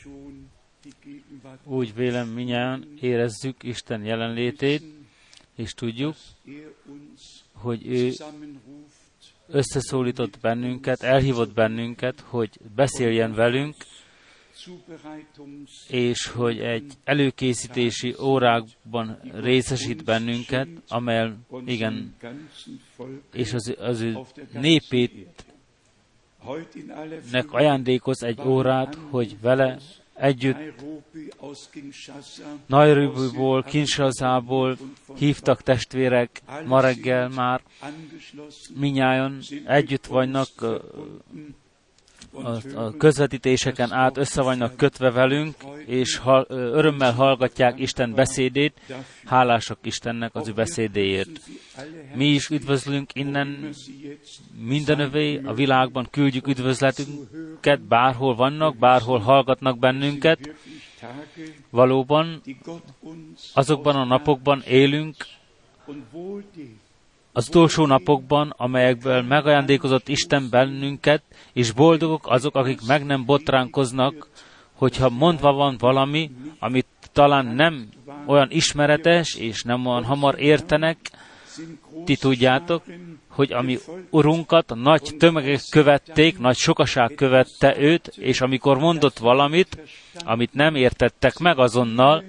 Úgy vélem, minnyáján érezzük Isten jelenlétét, és tudjuk, hogy ő összeszólított bennünket, elhívott bennünket, hogy beszéljen velünk, és hogy egy előkészítési órákban részesít bennünket, amely igen, és az ő népének ajándékoz egy órát, hogy vele együtt Nairobiból, Kinshasából hívtak testvérek ma reggel már, minnyájan együtt vannak a közvetítéseken át, össze vannak kötve velünk, és örömmel hallgatják Isten beszédét, hálásak Istennek az ő beszédéért. Mi is üdvözlünk innen mindenövé a világban, küldjük üdvözletünket, bárhol vannak, bárhol hallgatnak bennünket. Valóban azokban a napokban élünk, az utolsó napokban, amelyekből megajándékozott Isten bennünket, és boldogok azok, akik meg nem botránkoznak, hogyha mondva van valami, amit talán nem olyan ismeretes, és nem olyan hamar értenek. Ti tudjátok, hogy ami Urunkat nagy tömegek követték, nagy sokaság követte őt, és amikor mondott valamit, amit nem értettek meg azonnal,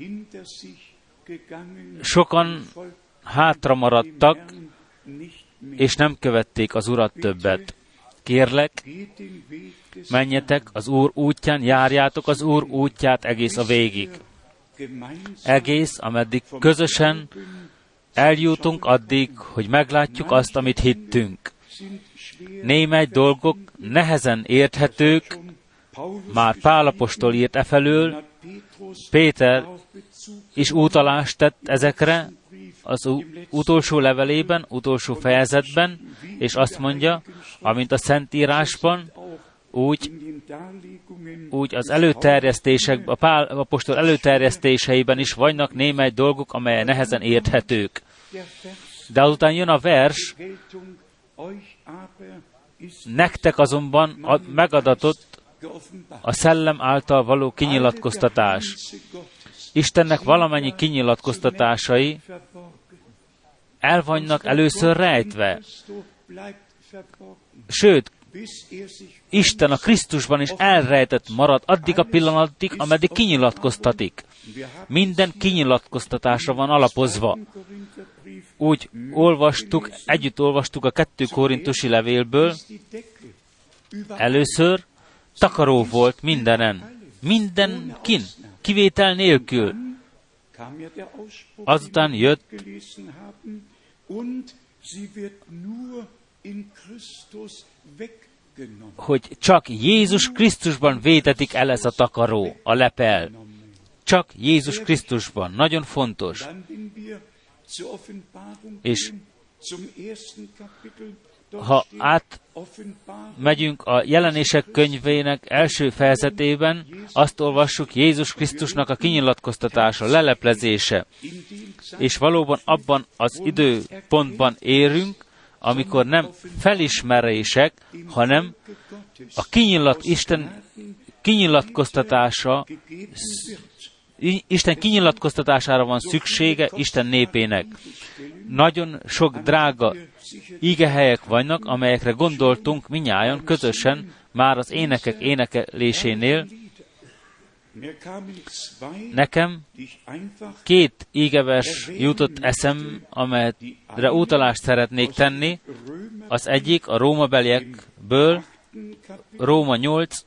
sokan hátra maradtak, és nem követték az Urat többet. Kérlek, menjetek az Úr útján, járjátok az Úr útját egész a végig. Egész, ameddig közösen eljutunk addig, hogy meglátjuk azt, amit hittünk. Némely dolgok nehezen érthetők, már Pál apostol írt efelől, Péter is utalást tett ezekre az utolsó levelében, utolsó fejezetben, és azt mondja, amint a Szentírásban, úgy az előterjesztések, a Pál apostol előterjesztéseiben is vannak némely dolgok, amelyek nehezen érthetők. De azután jön a vers, nektek azonban megadatott a szellem által való kinyilatkoztatás. Istennek valamennyi kinyilatkoztatásai el vannak először rejtve. Sőt, Isten a Krisztusban is elrejtett marad addig a pillanatig, ameddig kinyilatkoztatik. Minden kinyilatkoztatásra van alapozva. Úgy olvastuk, együtt olvastuk a 2 Korintusi levélből, először takaró volt mindenen. Mindenkin, kivétel nélkül. Azután jött, hogy csak Jézus Krisztusban vétetik el ez a takaró, a lepel. Csak Jézus Krisztusban. Nagyon fontos. És ha átmegyünk a Jelenések könyvének első fejezetében, azt olvassuk, Jézus Krisztusnak a kinyilatkoztatása, leleplezése. És valóban abban az időpontban érünk, amikor nem felismerések, hanem a Isten kinyilatkoztatása, Isten kinyilatkoztatására van szüksége Isten népének. Nagyon sok drága ígehelyek vannak, amelyekre gondoltunk minnyájan közösen már az énekek énekelésénél. Nekem 2 ígevers jutott eszem, amelyre utalást szeretnék tenni. Az egyik a Rómabeliekből, Róma 8,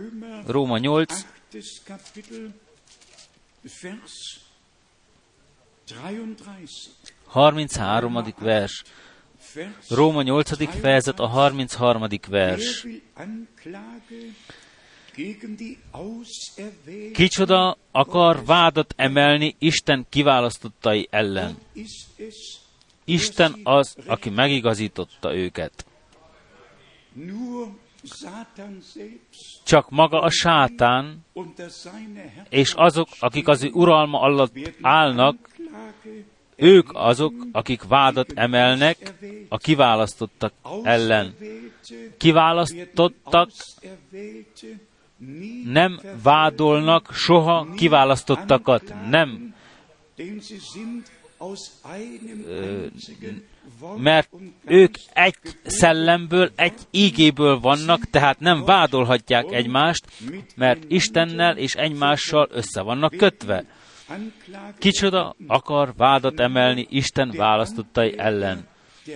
33. vers. Róma 8. fejezet, a 33. vers. Kicsoda akar vádat emelni Isten kiválasztottai ellen? Isten az, aki megigazította őket. Csak maga a sátán, és azok, akik az ő uralma alatt állnak, ők azok, akik vádat emelnek a kiválasztottak ellen. Kiválasztottak nem vádolnak soha kiválasztottakat, mert ők egy szellemből, egy ígéből vannak, tehát nem vádolhatják egymást, mert Istennel és egymással össze vannak kötve. Kicsoda akar vádat emelni Isten választottai ellen?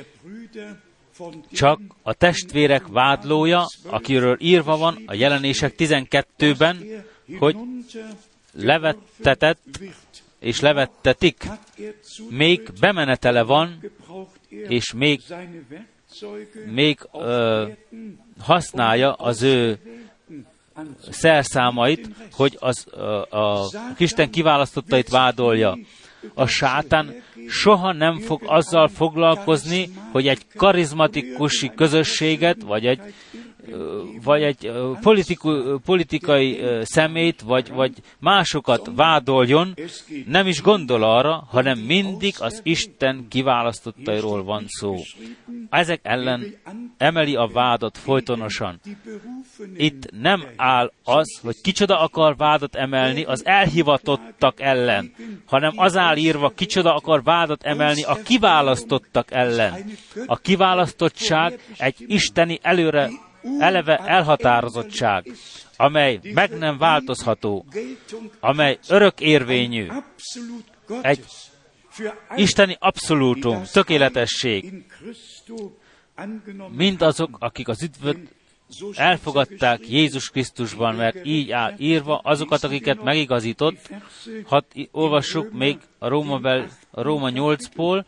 Csak a testvérek vádlója, akiről írva van a Jelenések 12-ben, hogy levettetett és levettetik. Még bemenetele van, és még használja az ő szerszámait, hogy a Isten kiválasztottait vádolja. A sátán soha nem fog azzal foglalkozni, hogy egy karizmatikusi közösséget, vagy egy politikai szemét, vagy másokat vádoljon, nem is gondol arra, hanem mindig az Isten kiválasztottairól van szó. Ezek ellen emeli a vádat folytonosan. Itt nem áll az, hogy kicsoda akar vádat emelni az elhivatottak ellen, hanem az áll írva, kicsoda akar vádat emelni a kiválasztottak ellen. A kiválasztottság egy isteni eleve elhatározottság, amely meg nem változható, amely örökérvényű, egy isteni abszolútum, tökéletesség. Mindazok, akik az üdvöt elfogadták Jézus Krisztusban, mert így áll írva, azokat, akiket megigazított, hadd olvassuk még a Róma 8-ból,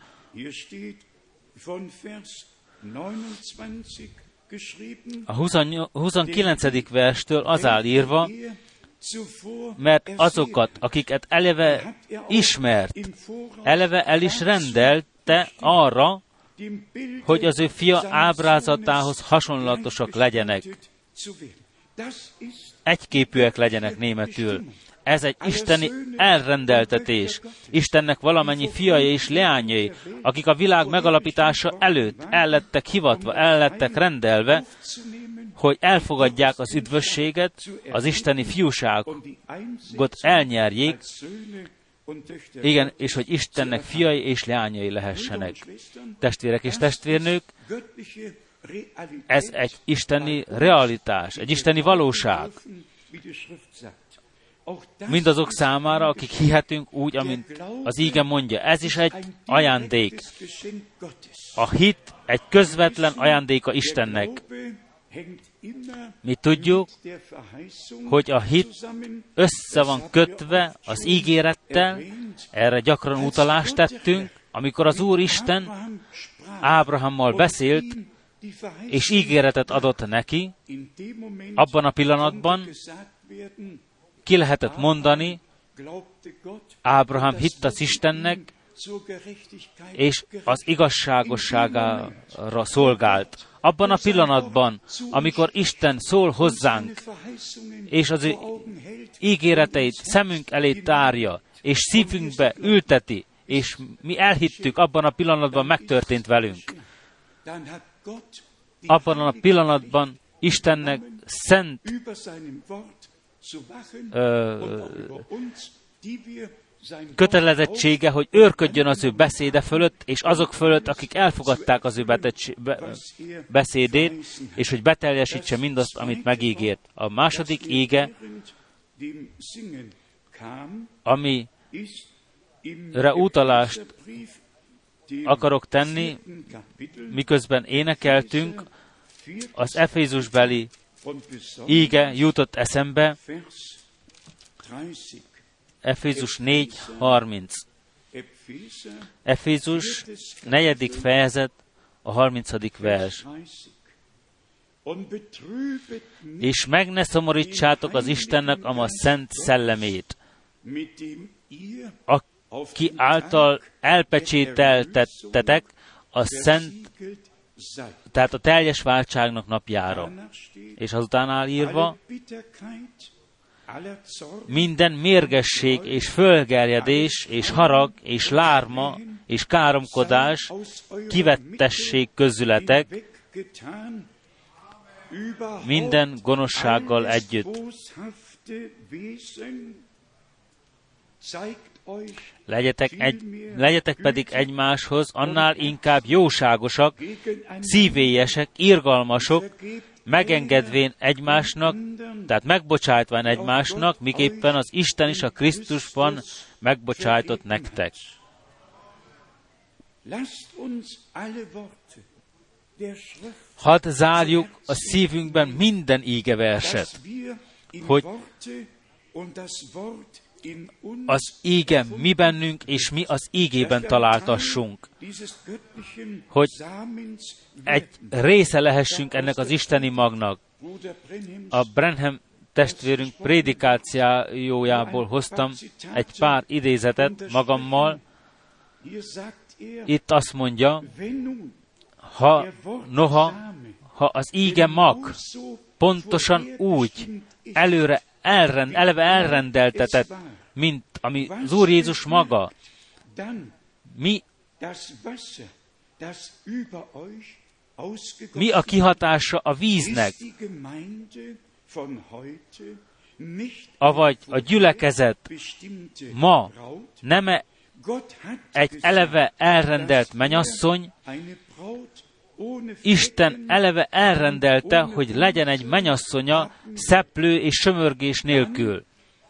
a 29. verstől az áll írva, mert azokat, akiket eleve ismert, eleve el is rendelte arra, hogy az ő fia ábrázatához hasonlatosak legyenek. Egyképűek legyenek németül. Ez egy isteni elrendeltetés. Istennek valamennyi fiai és leányai, akik a világ megalapítása előtt el lettek hivatva, el lettek rendelve, hogy elfogadják az üdvösséget, az isteni fiúságot elnyerjék, igen, és hogy Istennek fiai és leányai lehessenek. Testvérek és testvérnők, ez egy isteni realitás, egy isteni valóság. Mindazok számára, akik hihetünk úgy, amint az íge mondja. Ez is egy ajándék. A hit egy közvetlen ajándéka Istennek. Mi tudjuk, hogy a hit össze van kötve az ígérettel, erre gyakran utalást tettünk, amikor az Úr Isten Ábrahammal beszélt, és ígéretet adott neki, abban a pillanatban ki lehetett mondani, Ábrahám hitt az Istennek, és az igazságosságára szolgált. Abban a pillanatban, amikor Isten szól hozzánk, és az ő ígéreteit szemünk elé tárja, és szívünkbe ülteti, és mi elhittük, abban a pillanatban megtörtént velünk. Abban a pillanatban Istennek szent kötelezettsége, hogy őrködjön az ő beszéde fölött, és azok fölött, akik elfogadták az ő beszédét, és hogy beteljesítse mindazt, amit megígért. A második ége, amire utalást akarok tenni, miközben énekeltünk, az Efézusbeli íge jutott eszembe, Efézus 4:30. Efézus 4. fejezet, a 30. vers. És meg ne szomorítsátok az Istennek a szent szellemét, aki által elpecsételtettetek a szent, tehát a teljes váltságnak napjára. És azután áll írva, minden mérgesség és fölgerjedés és harag és lárma és káromkodás kivettessék közületek, minden gonoszsággal együtt. Legyetek pedig egymáshoz annál inkább jóságosak, szívélyesek, irgalmasok, megengedvén egymásnak, tehát megbocsájtván egymásnak, miképpen az Isten is a Krisztusban megbocsájtott nektek. Hadd zárjuk a szívünkben minden ígeverset, hogy az íge mi bennünk, és mi az ígében találtassunk, hogy egy része lehessünk ennek az isteni magnak. A Branham testvérünk prédikációjából hoztam egy pár idézetet magammal. Itt azt mondja, ha az íge mag pontosan úgy eleve elrendeltetett, mint ami az Úr Jézus maga, mi a kihatása a víznek, avagy a gyülekezet ma nem egy eleve elrendelt mennyasszony, Isten eleve elrendelte, hogy legyen egy mennyasszonya szeplő és sömörgés nélkül.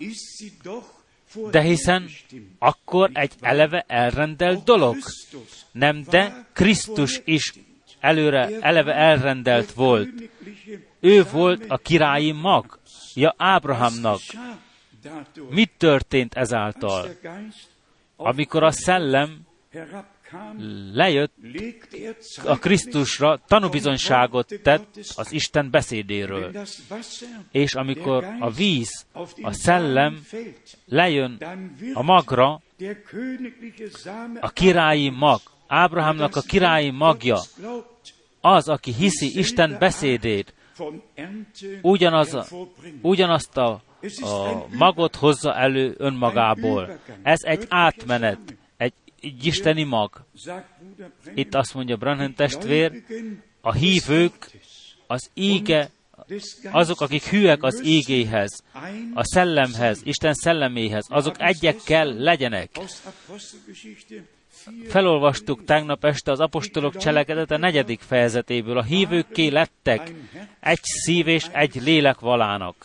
De hiszen akkor egy eleve elrendelt dolog. Nem, de Krisztus is eleve elrendelt volt. Ő volt a királyi magja Ábrahámnak. Mit történt ezáltal? Amikor a szellem lejött a Krisztusra, tanúbizonyságot tett az Isten beszédéről. És amikor a víz, a szellem lejön a magra, a királyi mag, Ábrahámnak a királyi magja, az, aki hiszi Isten beszédét, ugyanazt a magot hozza elő önmagából. Ez egy átmenet, egy isteni mag. Itt azt mondja Branham testvér, a hívők, az íge, azok, akik hűek az ígéhez, a szellemhez, Isten szelleméhez, azok egyek kell legyenek. Felolvastuk tegnap este az apostolok cselekedete 4. fejezetéből. A hívőkké lettek egy szív és egy lélek valának.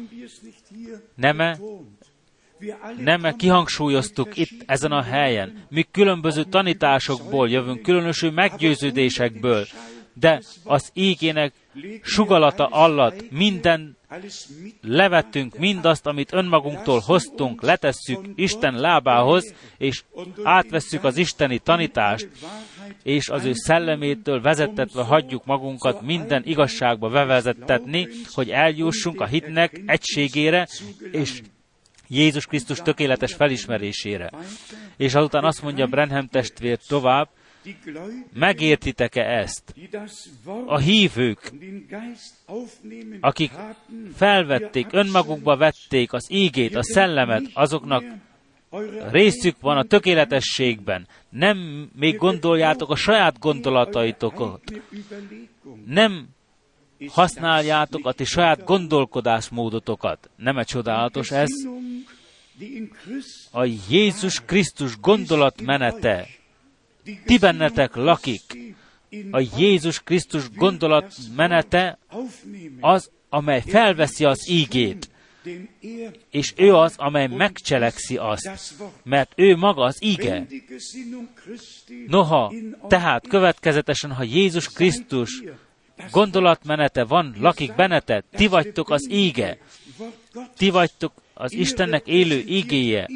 Nem kihangsúlyoztuk itt ezen a helyen. Mi különböző tanításokból jövünk, különöső meggyőződésekből, de az ígének sugalata alatt minden levettünk, mindazt, amit önmagunktól hoztunk, letesszük Isten lábához, és átvesszük az isteni tanítást, és az ő szellemétől vezettetve hagyjuk magunkat minden igazságba bevezettetni, hogy eljussunk a hitnek egységére, és Jézus Krisztus tökéletes felismerésére. És azután azt mondja Branham testvér tovább, megértitek-e ezt? A hívők, akik felvették, önmagukba vették az ígét, a szellemet, azoknak részük van a tökéletességben. Nem még gondoljátok a saját gondolataitokat. Nem használjátok a ti saját gondolkodásmódotokat. Nem-e csodálatos ez? A Jézus Krisztus gondolatmenete ti bennetek lakik. A Jézus Krisztus gondolatmenete az, amely felveszi az ígét, és ő az, amely megcselekszi azt, mert ő maga az íge. Noha, tehát következetesen, ha Jézus Krisztus gondolatmenete van, lakik bennetek, ti vagytok az íge, ti vagytok az Istennek élő ígéje,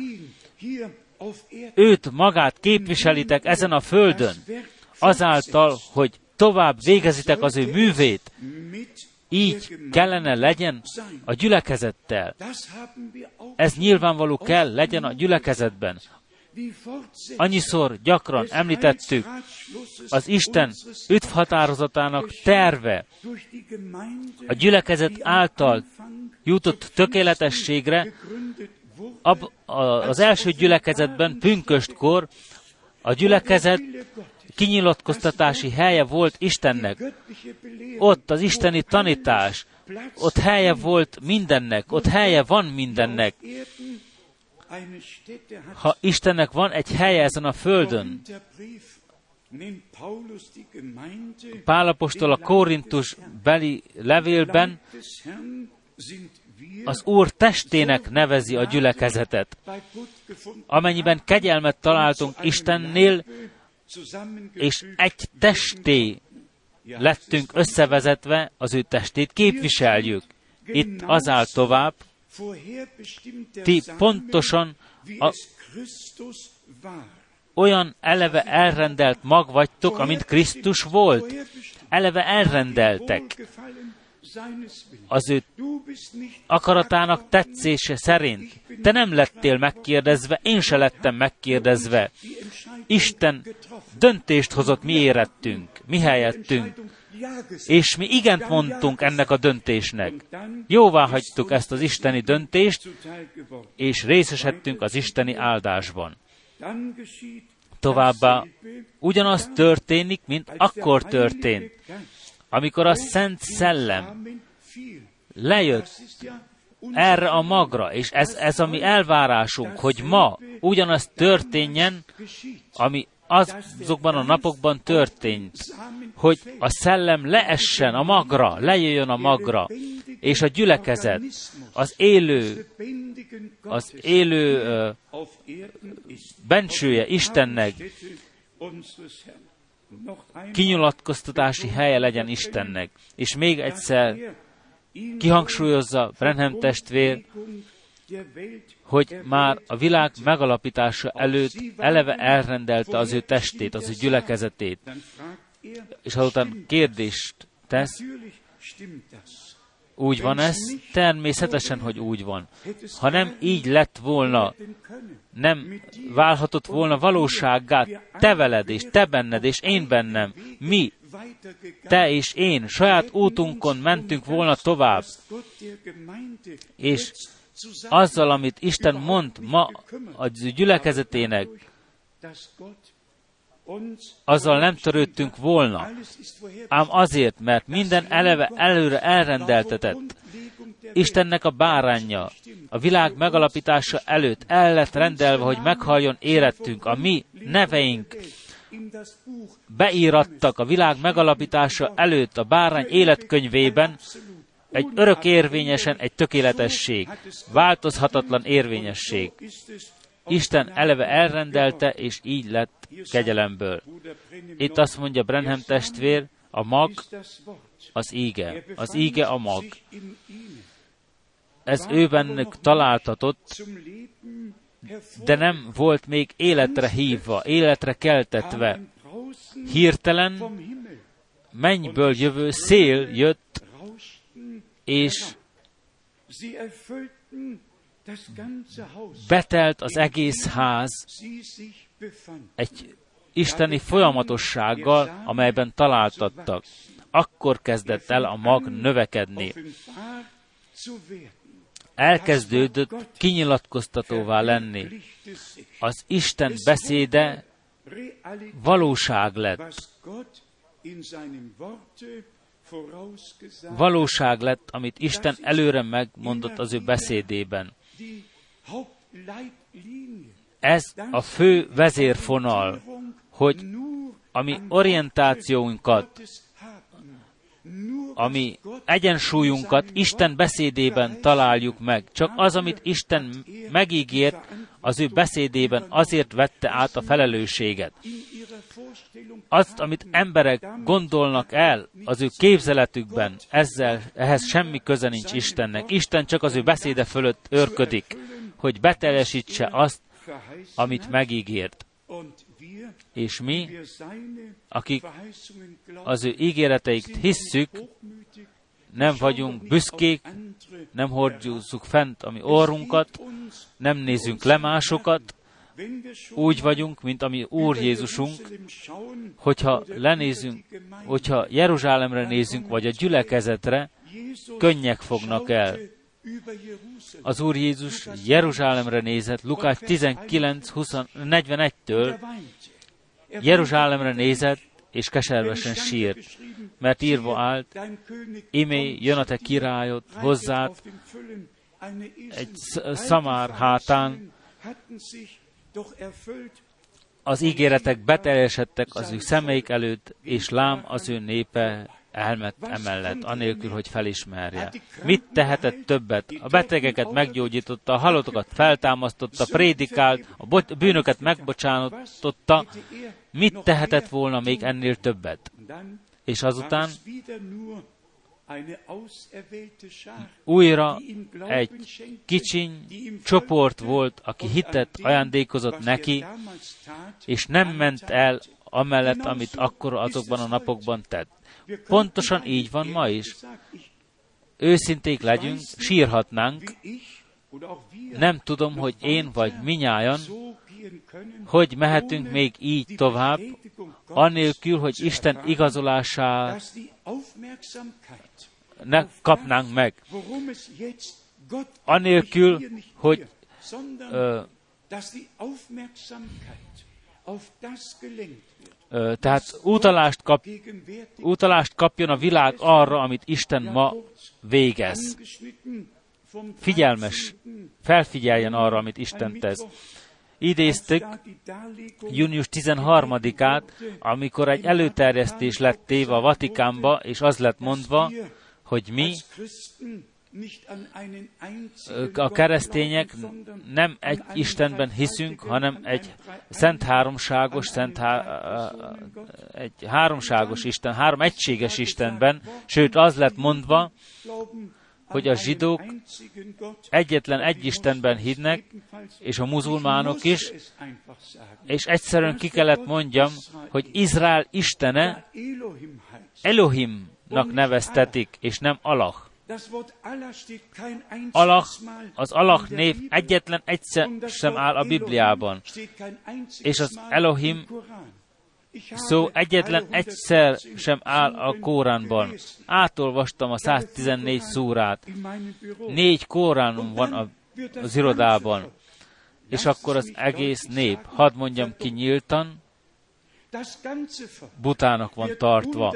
őt magát képviselitek ezen a földön, azáltal, hogy tovább végezitek az ő művét, így kellene legyen a gyülekezettel. Ez nyilvánvaló kell legyen a gyülekezetben. Annyiszor gyakran említettük, az Isten üdvhatározatának terve a gyülekezet által jutott tökéletességre, az első gyülekezetben, pünköstkor a gyülekezet kinyilatkoztatási helye volt Istennek. Ott az isteni tanítás, ott helye volt mindennek, ott helye van mindennek. Ha Istennek van egy helye ezen a földön, Pál apostol a Korintus beli levélben az Úr testének nevezi a gyülekezetet. Amennyiben kegyelmet találtunk Istennél, és egy testé lettünk összevezetve, az ő testét képviseljük. Itt az áll tovább, ti pontosan olyan eleve elrendelt mag vagytok, amint Krisztus volt. Eleve elrendeltek. Az ő akaratának tetszése szerint. Te nem lettél megkérdezve, én se lettem megkérdezve. Isten döntést hozott mi érettünk, mi helyettünk, és mi igent mondtunk ennek a döntésnek. Jóvá hagytuk ezt az isteni döntést, és részesedtünk az isteni áldásban. Továbbá ugyanaz történik, mint akkor történt, amikor a Szent Szellem lejött erre a magra, és ez a mi elvárásunk, hogy ma ugyanaz történjen, ami azokban a napokban történt, hogy a szellem leessen a magra, lejöjjön a magra, és a gyülekezet, az élő bensője Istennek kinyilatkoztatási helye legyen Istennek. És még egyszer kihangsúlyozza Branham testvér, hogy már a világ megalapítása előtt eleve elrendelte az ő testét, az ő gyülekezetét. És azután kérdést tesz, úgy van ez? Természetesen, hogy úgy van. Ha nem így lett volna, nem válhatott volna valósággá te veled, és te benned, és én bennem. Mi, te és én, saját útunkon mentünk volna tovább. És azzal, amit Isten mond ma a gyülekezetének, azzal nem törődtünk volna. Ám azért, mert minden eleve előre elrendeltetett. Istennek a báránja a világ megalapítása előtt el lett rendelve, hogy meghalljon érettünk. A mi neveink beírattak a világ megalapítása előtt a bárány életkönyvében, egy örök érvényesen, egy tökéletesség, változhatatlan érvényesség. Isten eleve elrendelte, és így lett kegyelemből. Itt azt mondja Branham testvér, a mag, az íge. Az íge a mag. Ez őbennük találtatott, de nem volt még életre hívva, életre keltetve. Hirtelen mennyből jövő szél jött, és betelt az egész ház egy isteni folyamatossággal, amelyben találtattak. Akkor kezdett el a mag növekedni. Elkezdődött kinyilatkoztatóvá lenni. Az Isten beszéde valóság lett. Valóság lett, amit Isten előre megmondott az ő beszédében. Ez a fő vezérfonal, hogy a mi orientációnkat, a mi egyensúlyunkat Isten beszédében találjuk meg. Csak az, amit Isten megígért, az ő beszédében azért vette át a felelősséget. Azt, amit emberek gondolnak el az ő képzeletükben, ehhez semmi köze nincs Istennek. Isten csak az ő beszéde fölött őrködik, hogy beteljesítse azt, amit megígért. És mi, akik az ő ígéreteit hisszük, nem vagyunk büszkék, nem hordjuk fent a mi orrunkat, nem nézünk le másokat, úgy vagyunk, mint a mi Úr Jézusunk, hogyha Jeruzsálemre nézünk, vagy a gyülekezetre, könnyek fognak el. Az Úr Jézus Jeruzsálemre nézett, Lukács 19:41-től, Jeruzsálemre nézett, és keservesen sírt, mert írva állt, imé jön a te királyod hozzád egy szamár hátán, az ígéretek beteljesedtek az ő szemeik előtt, és lám az ő népe elment emellett, anélkül, hogy felismerje. Mit tehetett többet? A betegeket meggyógyította, a halottokat feltámasztotta, prédikált, a bűnöket megbocsátotta. Mit tehetett volna még ennél többet? És azután újra egy kicsiny csoport volt, aki hitet ajándékozott neki, és nem ment el amellett, amit akkor azokban a napokban tett. Pontosan így van ma is. Őszinték legyünk, sírhatnánk. Nem tudom, hogy én vagy minnyájan, hogy mehetünk még így tovább, anélkül, hogy Isten igazolását ne kapnánk meg. Anélkül, hogy tehát utalást kapjon a világ arra, amit Isten ma végez. Felfigyeljen arra, amit Isten tesz. Idéztük június 13-át, amikor egy előterjesztés lett téve a Vatikánba, és az lett mondva, hogy mi, a keresztények nem egy Istenben hiszünk, hanem egy egy háromságos Isten, három egységes Istenben, sőt az lett mondva, hogy a zsidók egyetlen egy Istenben hinnek, és a muzulmánok is, és egyszerűen ki kellett mondjam, hogy Izrael istene Elohimnak neveztetik, és nem Allah. Az Allah név egyetlen egyszer sem áll a Bibliában, és az Elohim szó egyetlen egyszer sem áll a Kóránban. Átolvastam a 114 szúrát. 4 Kóránum van az irodában, és akkor az egész nép, hadd mondjam ki nyíltan, butának van tartva.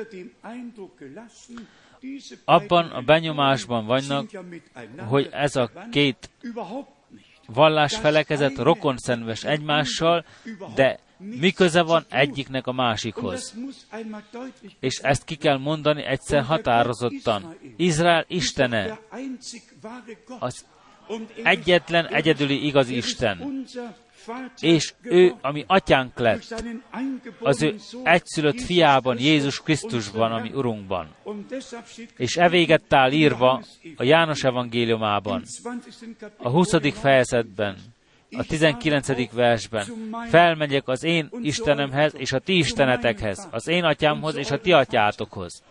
Abban a benyomásban vannak, hogy ez a két vallásfelekezet rokonszenves egymással, de mi köze van egyiknek a másikhoz? És ezt ki kell mondani egyszer határozottan. Izrael istene, az egyetlen egyedüli igaz Isten, és ő, ami atyánk lett, az ő egyszülött fiában, Jézus Krisztusban, ami Urunkban. És véget áll írva a János evangéliumában, a 20. fejezetben, a 19. versben, felmegyek az én Istenemhez és a ti istenetekhez, az én atyámhoz és a ti atyátokhoz.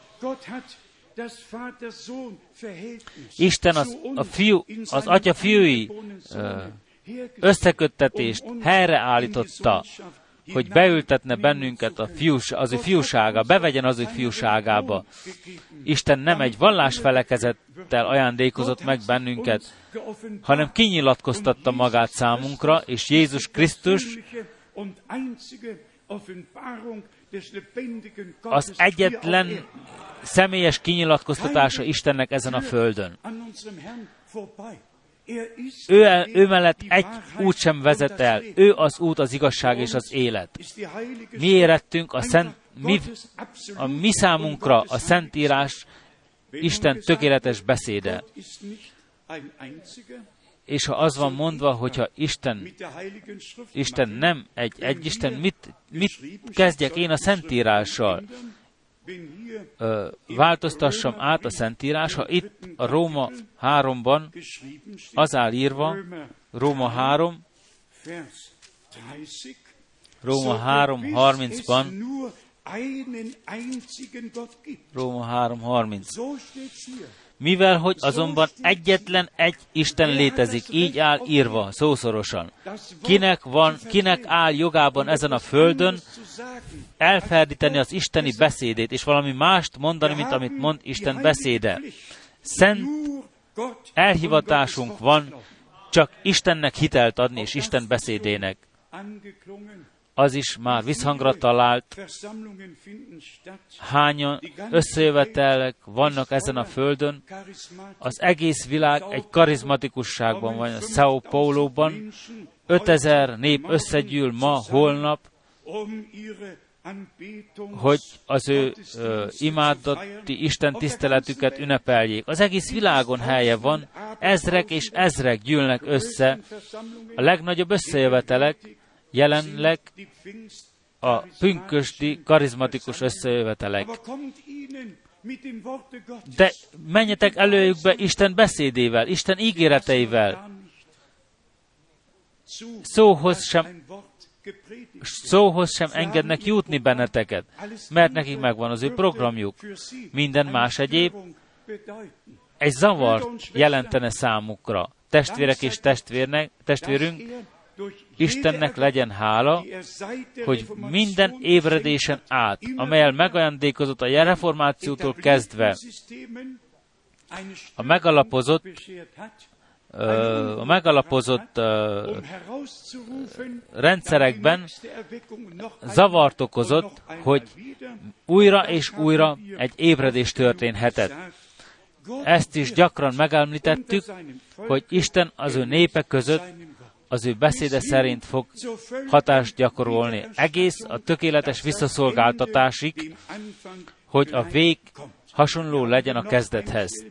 Isten az atya-fiúi összeköttetést helyreállította, hogy beültetne bennünket az ő fiúsága, bevegyen az ő fiúságába. Isten nem egy vallásfelekezettel ajándékozott meg bennünket, hanem kinyilatkoztatta magát számunkra, és Jézus Krisztus az egyetlen személyes kinyilatkoztatása Istennek ezen a földön. Ő mellett egy út sem vezet el. Ő az út, az igazság és az élet. Mi érettünk a mi számunkra a Szentírás Isten tökéletes beszéde. És ha az van mondva, hogyha Isten nem egy Isten, mit kezdjek én a Szentírással? Változtassam át a Szentírás, ha itt a Róma 3-ban az áll írva, Róma 3:30-ban, Róma 3:30. Mivel, hogy azonban egyetlen egy Isten létezik, így áll írva, szószorosan. Kinek áll jogában ezen a földön elferdíteni az isteni beszédét, és valami mást mondani, mint amit mond Isten beszéde. Szent elhivatásunk van csak Istennek hitelt adni, és Isten beszédének. az is már visszhangra talált. Hányan összejövetelek vannak ezen a földön. Az egész világ egy karizmatikusságban van. A São Paulo-ban 5000 nép összegyűl ma, holnap, hogy az ő imádati Isten tiszteletüket ünnepeljék. Az egész világon helye van, ezrek és ezrek gyűlnek össze. A legnagyobb összejövetelek jelenleg a pünkösdi karizmatikus összejövetelek. De menjetek előjükbe Isten beszédével, Isten ígéreteivel. Szóhoz sem engednek jutni benneteket, mert nekik megvan az ő programjuk. Minden más egyéb egy zavart jelentene számukra. Testvérek és testvérünk, Istennek legyen hála, hogy minden ébredésen át, amelyel megajándékozott a reformációtól kezdve, a megalapozott rendszerekben zavart okozott, hogy újra és újra egy ébredés történhetett. Ezt is gyakran megemlítettük, hogy Isten az ő népe között az ő beszéde szerint fog hatást gyakorolni. Egész a tökéletes visszaszolgáltatásig, hogy a vég hasonló legyen a kezdethez.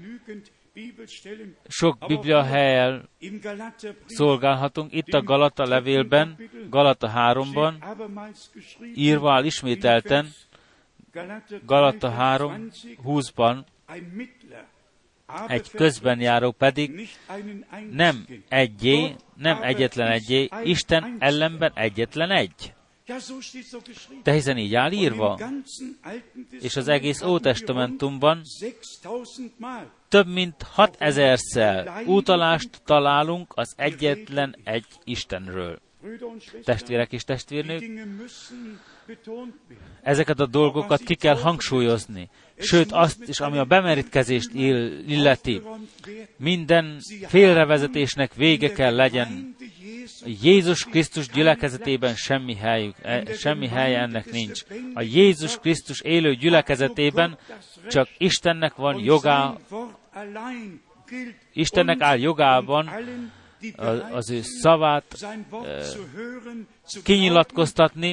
Sok Biblia helyen szolgálhatunk. Itt a Galata levélben, Galata 3-ban, írva áll ismételten, Galata 3:20-ban, egy közben járó pedig nem egyé, nem egyetlen egyé, Isten ellenben egyetlen egy. De hiszen így áll írva, és az egész Ótestamentumban több mint 6000-szer utalást találunk az egyetlen egy Istenről. Testvérek és testvérnők, ezeket a dolgokat ki kell hangsúlyozni. Sőt, azt is, ami a bemerítkezést illeti, minden félrevezetésnek vége kell legyen. Jézus Krisztus gyülekezetében semmi helye ennek nincs. A Jézus Krisztus élő gyülekezetében csak Istennek van jogá, Istennek áll jogában az ő szavát kinyilatkoztatni,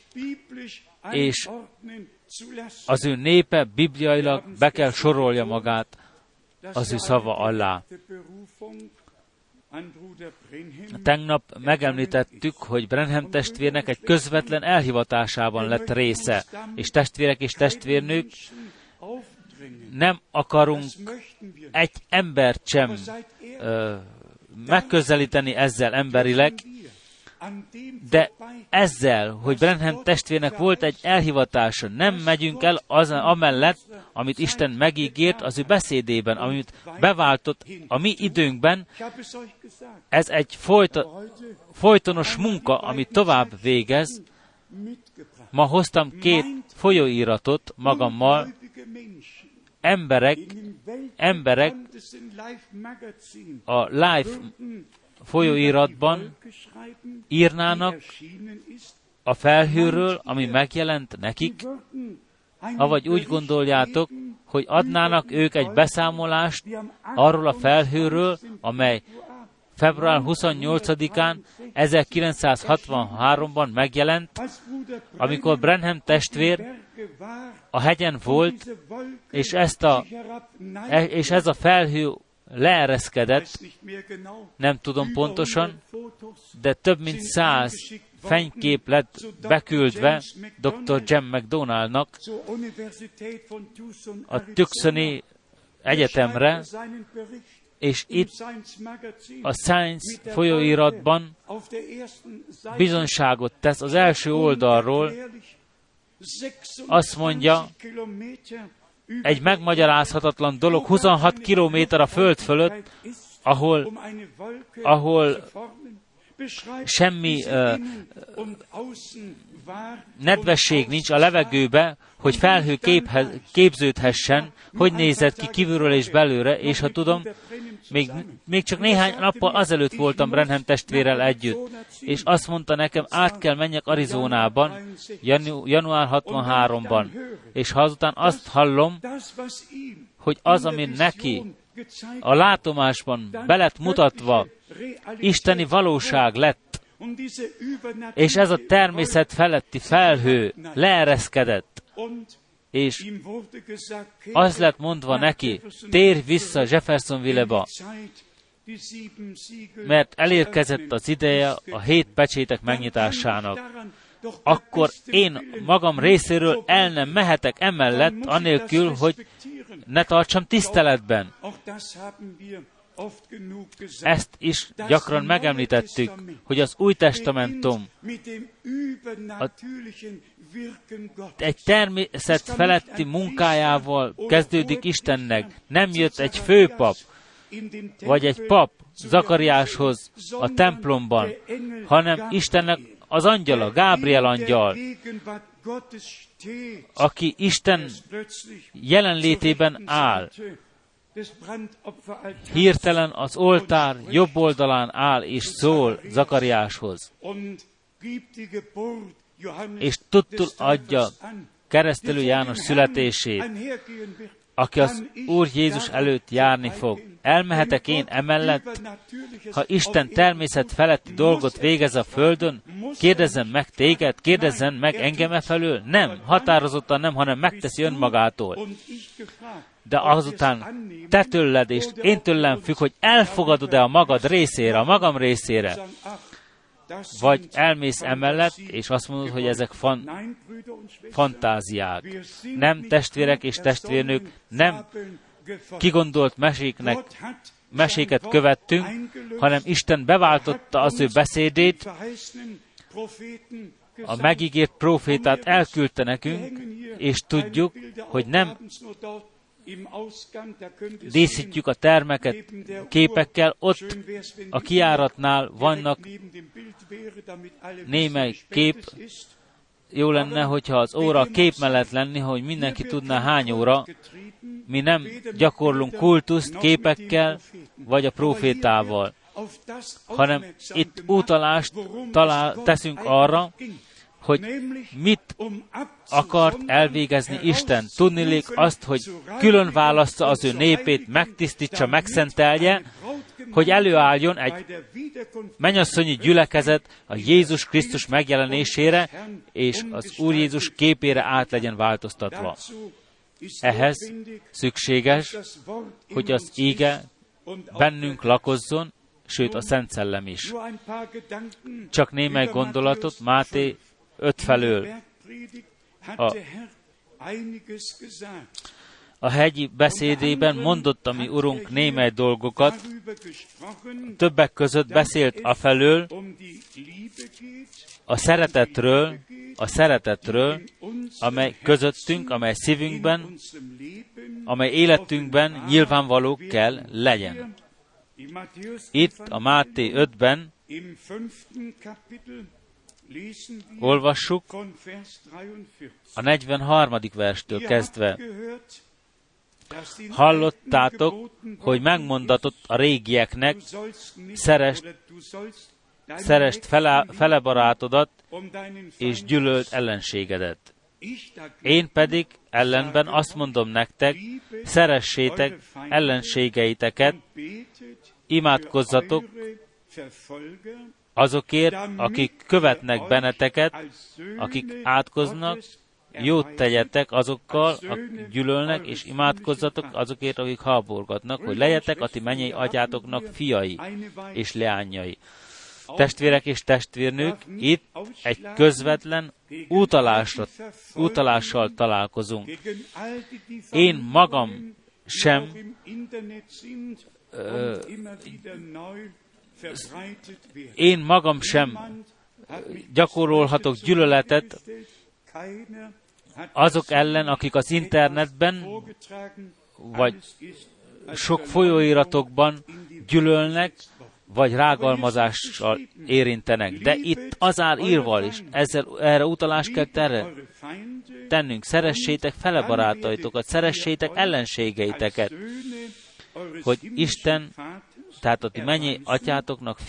és az ő népe bibliailag be kell sorolja magát az ő szava alá. Tegnap megemlítettük, hogy Branham testvérnek egy közvetlen elhivatásában lett része, és testvérek és testvérnők, nem akarunk egy embert sem megközelíteni ezzel emberileg, de ezzel, hogy Branham testvérnek volt egy elhivatása, nem megyünk el amellett, amit Isten megígért az ő beszédében, amit beváltott a mi időnkben. Ez egy folytonos munka, amit tovább végez. Ma hoztam 2 folyóiratot magammal. Emberek a Life folyóiratban írnának a felhőről, ami megjelent nekik, avagy úgy gondoljátok, hogy adnának ők egy beszámolást arról a felhőről, amely február 28-án 1963-ban megjelent, amikor Branham testvér a hegyen volt, és ez a felhő leereszkedett, nem tudom pontosan, de több mint 100 fénykép lett beküldve Dr. Jem McDonaldnak a Tucsoni Egyetemre, és itt a Science folyóiratban bizonyságot tesz az első oldalról, azt mondja, egy megmagyarázhatatlan dolog 26 kilométer a föld fölött, ahol semmi nedvesség nincs a levegőbe, hogy felhő képződhessen, hogy nézett ki kívülről és belőle, és ha tudom, még csak néhány nappal azelőtt voltam Branham testvérrel együtt, és azt mondta nekem, át kell menjek Arizonában, január 63-ban, és ha azután azt hallom, hogy az, ami neki a látomásban be lett mutatva, isteni valóság lett, és ez a természet feletti felhő leereszkedett, és az lett mondva neki, térj vissza Jeffersonville-ba, mert elérkezett az ideje a 7 pecsétek megnyitásának. Akkor én magam részéről el nem mehetek emellett, anélkül, hogy ne tartsam tiszteletben. Ezt is gyakran megemlítettük, hogy az Új Testamentum egy természet feletti munkájával kezdődik Istennek. Nem jött egy főpap, vagy egy pap Zakariáshoz a templomban, hanem Istennek az angyala, Gábriel angyal, aki Isten jelenlétében áll. Hirtelen az oltár jobb oldalán áll és szól Zakariáshoz, és tudtul adja keresztelő János születését, aki az Úr Jézus előtt járni fog. Elmehetek én emellett, ha Isten természet feletti dolgot végez a földön, kérdezzen meg téged, kérdezzen meg engem felől? Nem, határozottan nem, hanem megteszi önmagától. De azután te tőled és én tőlem függ, hogy elfogadod-e a magad részére, a magam részére, vagy elmész emellett, és azt mondod, hogy ezek fantáziák. Nem, testvérek és testvérnők, nem kigondolt meséket követtünk, hanem Isten beváltotta az ő beszédét, a megígért prófétát elküldte nekünk, és tudjuk, hogy nem díszítjük a termeket képekkel, ott a kijáratnál vannak némely kép. Jó lenne, hogyha az óra a kép mellett lenni, hogy mindenki tudná hány óra. Mi nem gyakorlunk kultuszt képekkel, vagy a prófétával, hanem itt utalást teszünk arra, hogy mit akart elvégezni Isten. Tudniillik azt, hogy külön válassza az ő népét, megtisztítsa, megszentelje, hogy előálljon egy mennyasszonyi gyülekezet a Jézus Krisztus megjelenésére, és az Úr Jézus képére át legyen változtatva. Ehhez szükséges, hogy az íge bennünk lakozzon, sőt a Szent Szellem is. Csak némely gondolatot Máté 5 felől. A hegyi beszédében mondott a mi Urunk némely dolgokat, többek között beszélt afelől, a szeretetről, amely közöttünk, amely szívünkben, amely életünkben nyilvánvaló kell legyen. Itt a Máté 5-ben olvassuk a 43. verstől kezdve. Hallottátok, hogy a régieknek, szerest fele barátodat, és gyűlöld ellenségedet. Én pedig ellenben azt mondom nektek, szeressétek ellenségeiteket, imádkozzatok azokért, akik követnek benneteket, akik átkoznak, jót tegyetek azokkal, akik gyűlölnek, és imádkozzatok azokért, akik háborgatnak, hogy legyetek a ti mennyei atyátoknak fiai és leányai. Testvérek és testvérnők, itt egy közvetlen utalással találkozunk. Én magam sem gyakorolhatok gyűlöletet azok ellen, akik az internetben vagy sok folyóiratokban gyűlölnek, vagy rágalmazással érintenek. De itt az áll írva is, erre utalást kell tennünk. Szeressétek fele barátaitokat, szeressétek ellenségeiteket, hogy Isten, tehát a ti mennyi atyátoknak,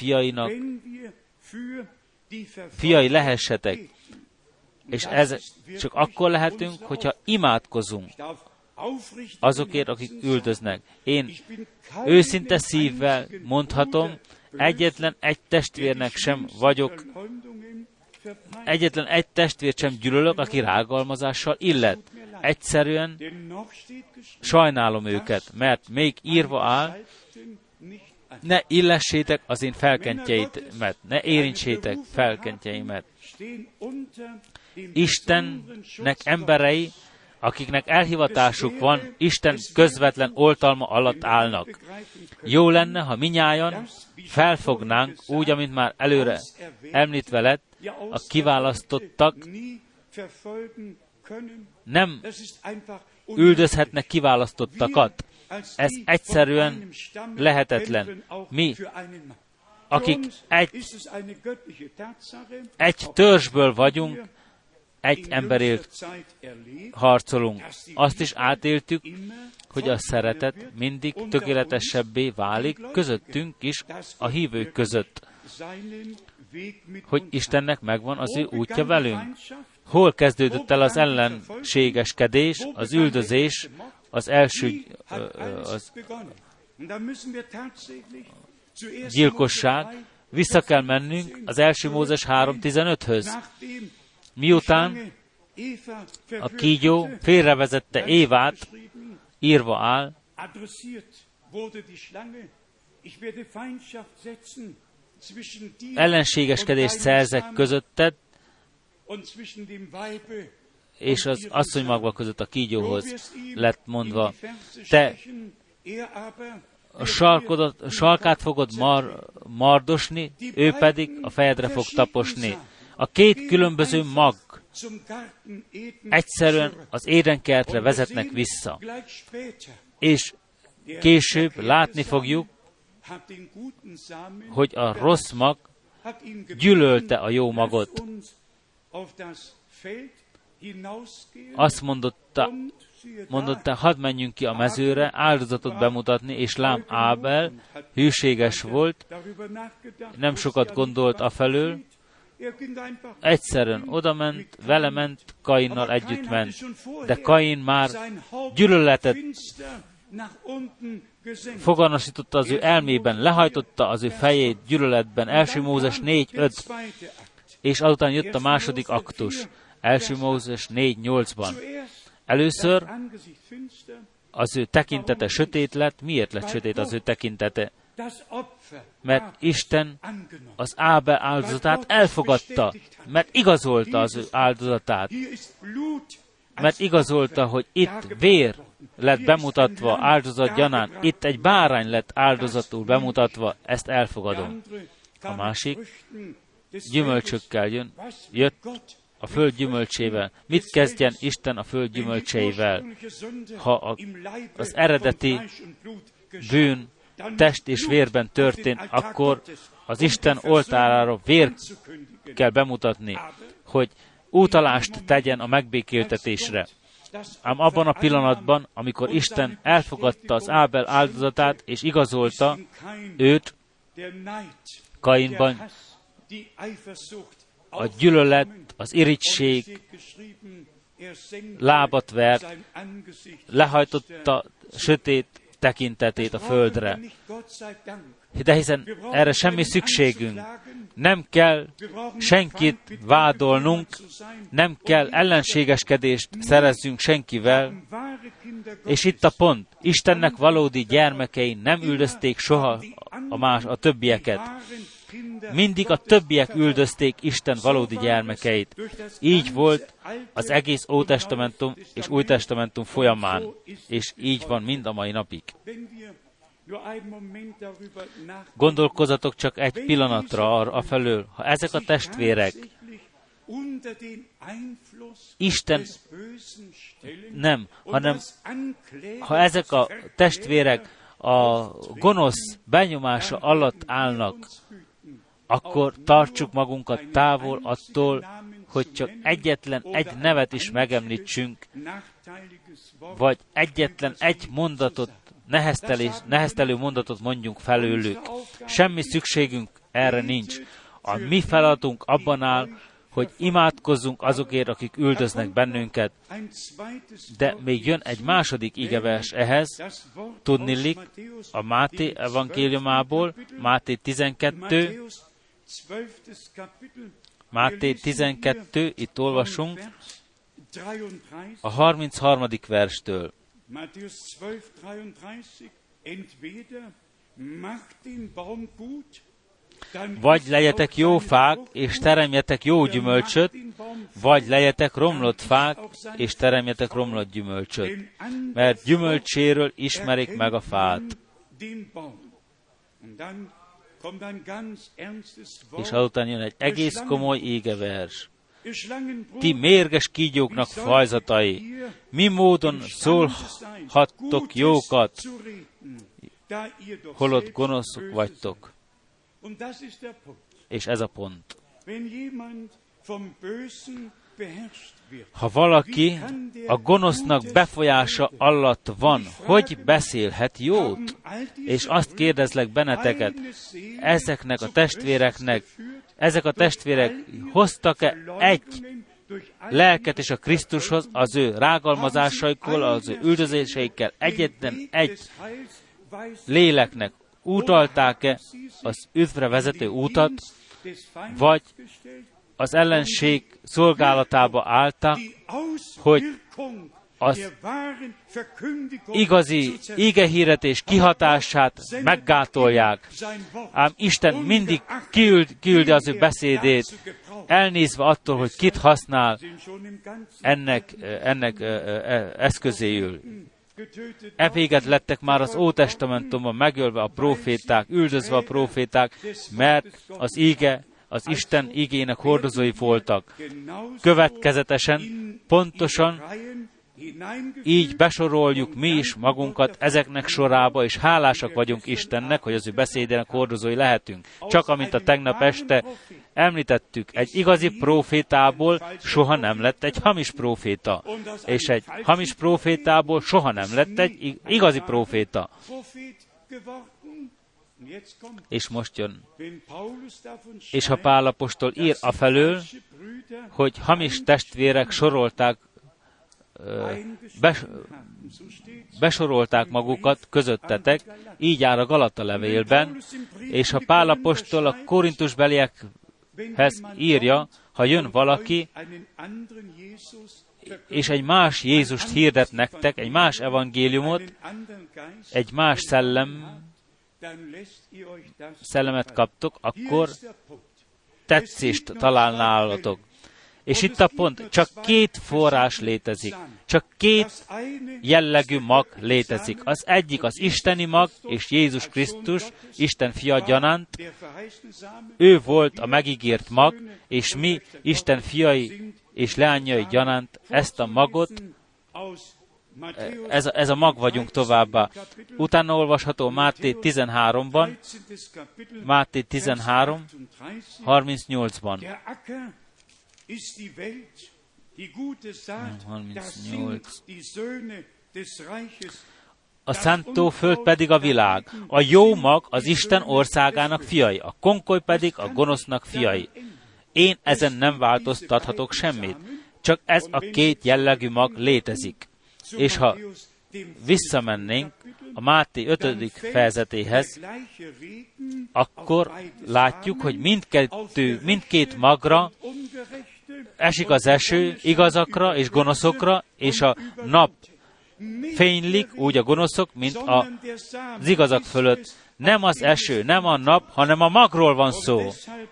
fiai lehessetek. És ez csak akkor lehetünk, hogyha imádkozunk azokért, akik üldöznek. Én őszinte szívvel mondhatom, egyetlen egy testvérnek sem vagyok, egyetlen egy testvért sem gyűlölök, aki rágalmazással illet. Egyszerűen sajnálom őket, mert még írva áll, ne illessétek az én felkentjeimet, ne érintsétek felkentjeimet. Istennek emberei, akiknek elhivatásuk van, Isten közvetlen oltalma alatt állnak. Jó lenne, ha minnyájan felfognánk, úgy, amint már előre említve lett, a kiválasztottak nem üldözhetnek kiválasztottakat. Ez egyszerűen lehetetlen. Mi, akik egy törzsből vagyunk, egy emberért harcolunk. Azt is átéltük, hogy a szeretet mindig tökéletesebbé válik közöttünk is, a hívők között. Hogy Istennek megvan az ő útja velünk. Hol kezdődött el az ellenségeskedés, az üldözés, az első gyilkosság? Vissza kell mennünk az 1. Mózes 3.15-höz. Miután a kígyó félrevezette Évát, írva áll, ellenségeskedést szerzek közötted, és az asszony magva között a kígyóhoz lett mondva. Te a sarkát fogod mardosni, ő pedig a fejedre fog taposni. A két különböző mag egyszerűen az édenkertre vezetnek vissza. És később látni fogjuk, hogy a rossz mag gyűlölte a jó magot. Azt mondotta, hadd menjünk ki a mezőre, áldozatot bemutatni, és lám Ábel hűséges volt, nem sokat gondolt afelől, egyszerűen odament, vele ment, Kainnal együtt ment. De Kain már gyűlöletet foganasította az ő elmében, lehajtotta az ő fejét gyűlöletben. 1. Mózes 4.5, és azután jött a második aktus. 1. Mózes 4.8-ban. Először az ő tekintete sötét lett. Miért lett sötét az ő tekintete? Mert Isten az Ábel áldozatát elfogadta, mert igazolta az ő áldozatát, mert igazolta, hogy itt vér lett bemutatva áldozat gyanán, itt egy bárány lett áldozatul bemutatva, ezt elfogadom. A másik gyümölcsökkel jött a föld gyümölcsével. Mit kezdjen Isten a föld gyümölcseivel? Ha az eredeti bűn test és vérben történt, akkor az Isten oltárára vér kell bemutatni, hogy utalást tegyen a megbékéltetésre. Ám abban a pillanatban, amikor Isten elfogadta az Ábel áldozatát, és igazolta őt, Kainban a gyűlölet, az irigység lábat vert, lehajtotta sötét tekintetét a földre. De hiszen erre semmi szükségünk. Nem kell senkit vádolnunk, nem kell ellenségeskedést szerezzünk senkivel, és itt a pont. Istennek valódi gyermekei nem üldözték soha a többieket. Mindig a többiek üldözték Isten valódi gyermekeit. Így volt az egész Ótestamentum és Újtestamentum folyamán, és így van mind a mai napig. Gondolkozzatok csak egy pillanatra afelől, ha ezek a testvérek Isten nem, hanem ha ezek a testvérek a gonosz benyomása alatt állnak, akkor tartsuk magunkat távol attól, hogy csak egyetlen egy nevet is megemlítsünk, vagy egyetlen egy mondatot, neheztelő mondatot mondjunk felőlük. Semmi szükségünk erre nincs. A mi feladatunk abban áll, hogy imádkozzunk azokért, akik üldöznek bennünket. De még jön egy második igevers ehhez, tudniillik a Máté evangéliumából, Máté 12, itt olvasunk, a 33. verstől. Vagy legyetek jó fák, és teremjetek jó gyümölcsöt, vagy legyetek romlott fák, és teremjetek romlott gyümölcsöt. Mert gyümölcséről ismerik meg a fát. És azután jön egy egész komoly ígevers. Ti mérges kígyóknak fajzatai, mi módon szólhattok jókat, holott gonoszok vagytok. És ez a pont. Ha valaki a gonosznak befolyása alatt van, hogy beszélhet jót? És azt kérdezlek benneteket, ezek a testvérek hoztak-e egy lelket és a Krisztushoz, az ő rágalmazásaikból, az ő üldözéseikkel egyetlen egy léleknek utalták-e az üdvre vezető útat, vagy az ellenség szolgálatába álltak, hogy az igazi igehirdetés kihatását meggátolják. Ám Isten mindig küldi az ő beszédét, elnézve attól, hogy kit használ ennek eszközéül. Evéget lettek már az Ótestamentumban megölve a próféták, üldözve a próféták, mert az Isten igének hordozói voltak. Következetesen, pontosan így besoroljuk mi is magunkat ezeknek sorába, és hálásak vagyunk Istennek, hogy az ő beszédének hordozói lehetünk. Csak amint a tegnap este említettük, egy igazi prófétából soha nem lett egy hamis próféta, és egy hamis prófétából soha nem lett egy igazi próféta. És most jön. És ha Pál apostol ír afelől, hogy hamis testvérek besorolták magukat közöttetek, így áll a Galata levélben, és ha Pál apostol a korintusbeliekhez írja, ha jön valaki, és egy más Jézust hirdet nektek, egy más evangéliumot, egy más szellemet kaptok, akkor tetszést találnálatok. És itt a pont, csak két forrás létezik, csak két jellegű mag létezik. Az egyik az isteni mag, és Jézus Krisztus, Isten fia gyanánt, ő volt a megígért mag, és mi, Isten fiai és leányai gyanánt ezt a magot, ez a mag vagyunk továbbá. Utána olvasható Máté 13-ban, Máté 13, 38-ban. 38. A szántóföld pedig a világ, a jó mag az Isten országának fiai, a konkoly pedig a gonosznak fiai. Én ezen nem változtathatok semmit, csak ez a két jellegű mag létezik. És ha visszamennénk a Máté 5. fejezetéhez, akkor látjuk, hogy mindkét magra esik az eső igazakra és gonoszokra, és a nap fénylik úgy a gonoszok, mint az igazak fölött. Nem az eső, nem a nap, hanem a magról van szó.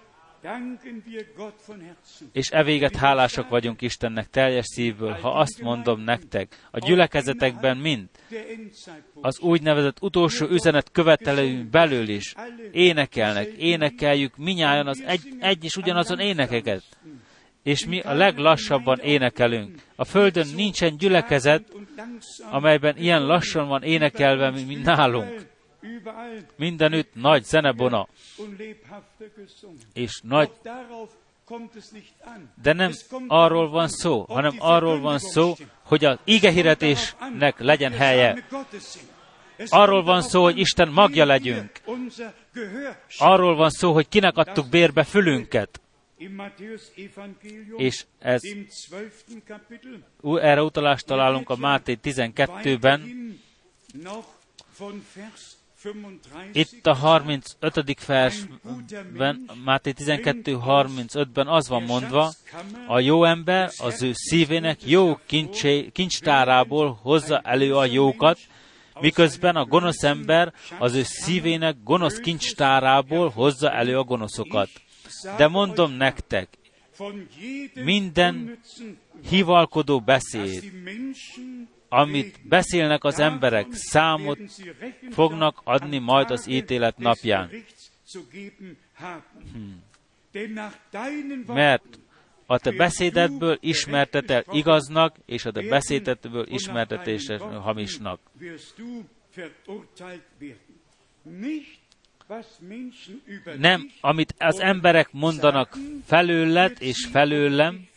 És evéget hálásak vagyunk Istennek teljes szívből, ha azt mondom nektek, a gyülekezetekben mind, az úgynevezett utolsó üzenet követelőink belül is énekeljük minnyáján az egy és ugyanazon énekeket. És mi a leglassabban énekelünk. A Földön nincsen gyülekezet, amelyben ilyen lassan van énekelve, mint nálunk. mindenütt nagy zenebona, és nagy, de nem arról van szó, hanem arról van szó, hogy az igehirdetésnek legyen helye. Arról van szó, hogy Isten magja legyünk. Arról van szó, hogy kinek adtuk bérbe fülünket. És erre utalást találunk a Máté 12-ben. Itt a 35. versben, Máté 12:35-ben az van mondva, a jó ember az ő szívének jó kincstárából hozza elő a jókat, miközben a gonosz ember az ő szívének gonosz kincstárából hozza elő a gonoszokat. De mondom nektek, minden hivalkodó beszéd, amit beszélnek az emberek, számot fognak adni majd az ítélet napján. Mert a te beszédedből ismertetel igaznak, és a te beszédedből ismertetése hamisnak. Nem, amit az emberek mondanak felőled és felőlem,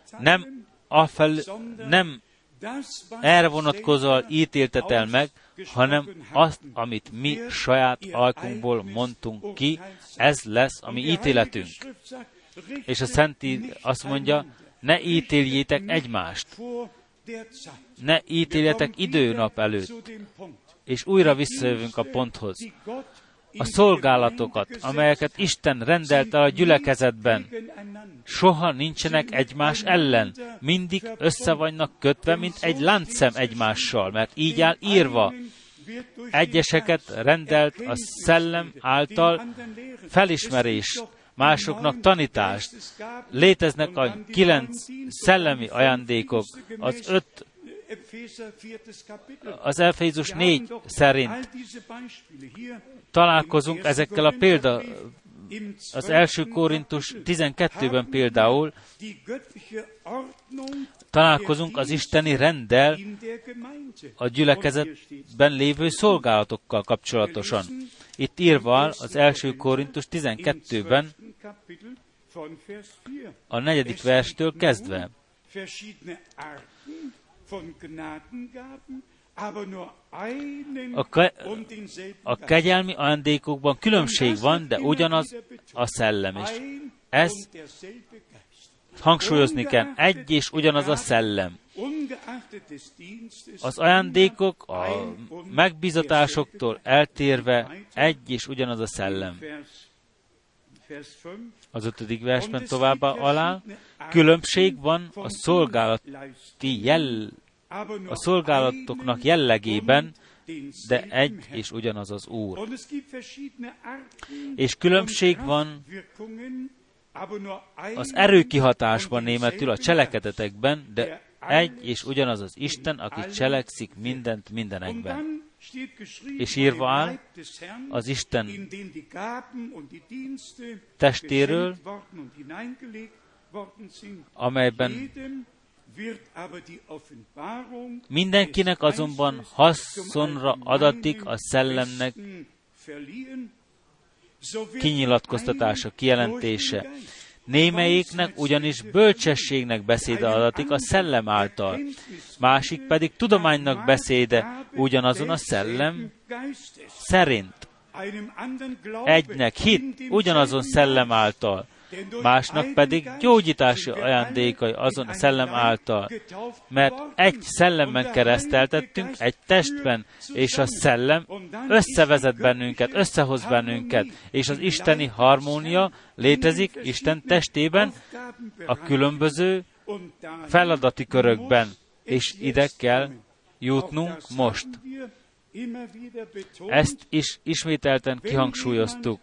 nem erre vonatkozóan ítéltetel meg, hanem azt, amit mi saját alkunkból mondtunk ki, ez lesz a mi ítéletünk. És a Szentírás azt mondja, ne ítéljétek egymást, ne ítéljetek időnap előtt. És újra visszajövünk a ponthoz. A szolgálatokat, amelyeket Isten rendelt el a gyülekezetben, soha nincsenek egymás ellen. Mindig össze vannak kötve, mint egy láncszem egymással, mert így áll írva. Egyeseket rendelt a szellem által felismerés, másoknak tanítást. Léteznek a 9 szellemi ajándékok, az Efézus 4 szerint találkozunk ezekkel a az 1. Korintus 12-ben például találkozunk az isteni renddel a gyülekezetben lévő szolgálatokkal kapcsolatosan. Itt írva az 1. Korintus 12-ben a 4. verstől kezdve. A kegyelmi ajándékokban különbség van, de ugyanaz a szellem is. Ezt hangsúlyozni kell. Egy és ugyanaz a szellem. Az ajándékok a megbízatásoktól eltérve egy és ugyanaz a szellem. Az 5. versben továbbá alá, különbség van a szolgálatoknak jellegében, de egy és ugyanaz az Úr. És különbség van az erőkihatásban németül a cselekedetekben, de egy és ugyanaz az Isten, aki cselekszik mindent mindenekben. És írva áll az Isten testéről, amelyben mindenkinek azonban haszonra adatik a szellemnek kinyilatkoztatása, kijelentése. Némelyiknek ugyanis bölcsességnek beszéde adatik a szellem által, másik pedig tudománynak beszéde ugyanazon a szellem szerint. Egynek hit ugyanazon szellem által, másnak pedig gyógyítási ajándékai azon a szellem által, mert egy szellemben kereszteltettünk, egy testben, és a szellem összevezet bennünket, összehoz bennünket, és az isteni harmónia létezik Isten testében a különböző feladati körökben, és ide kell jutnunk most. Ezt is ismételten kihangsúlyoztuk.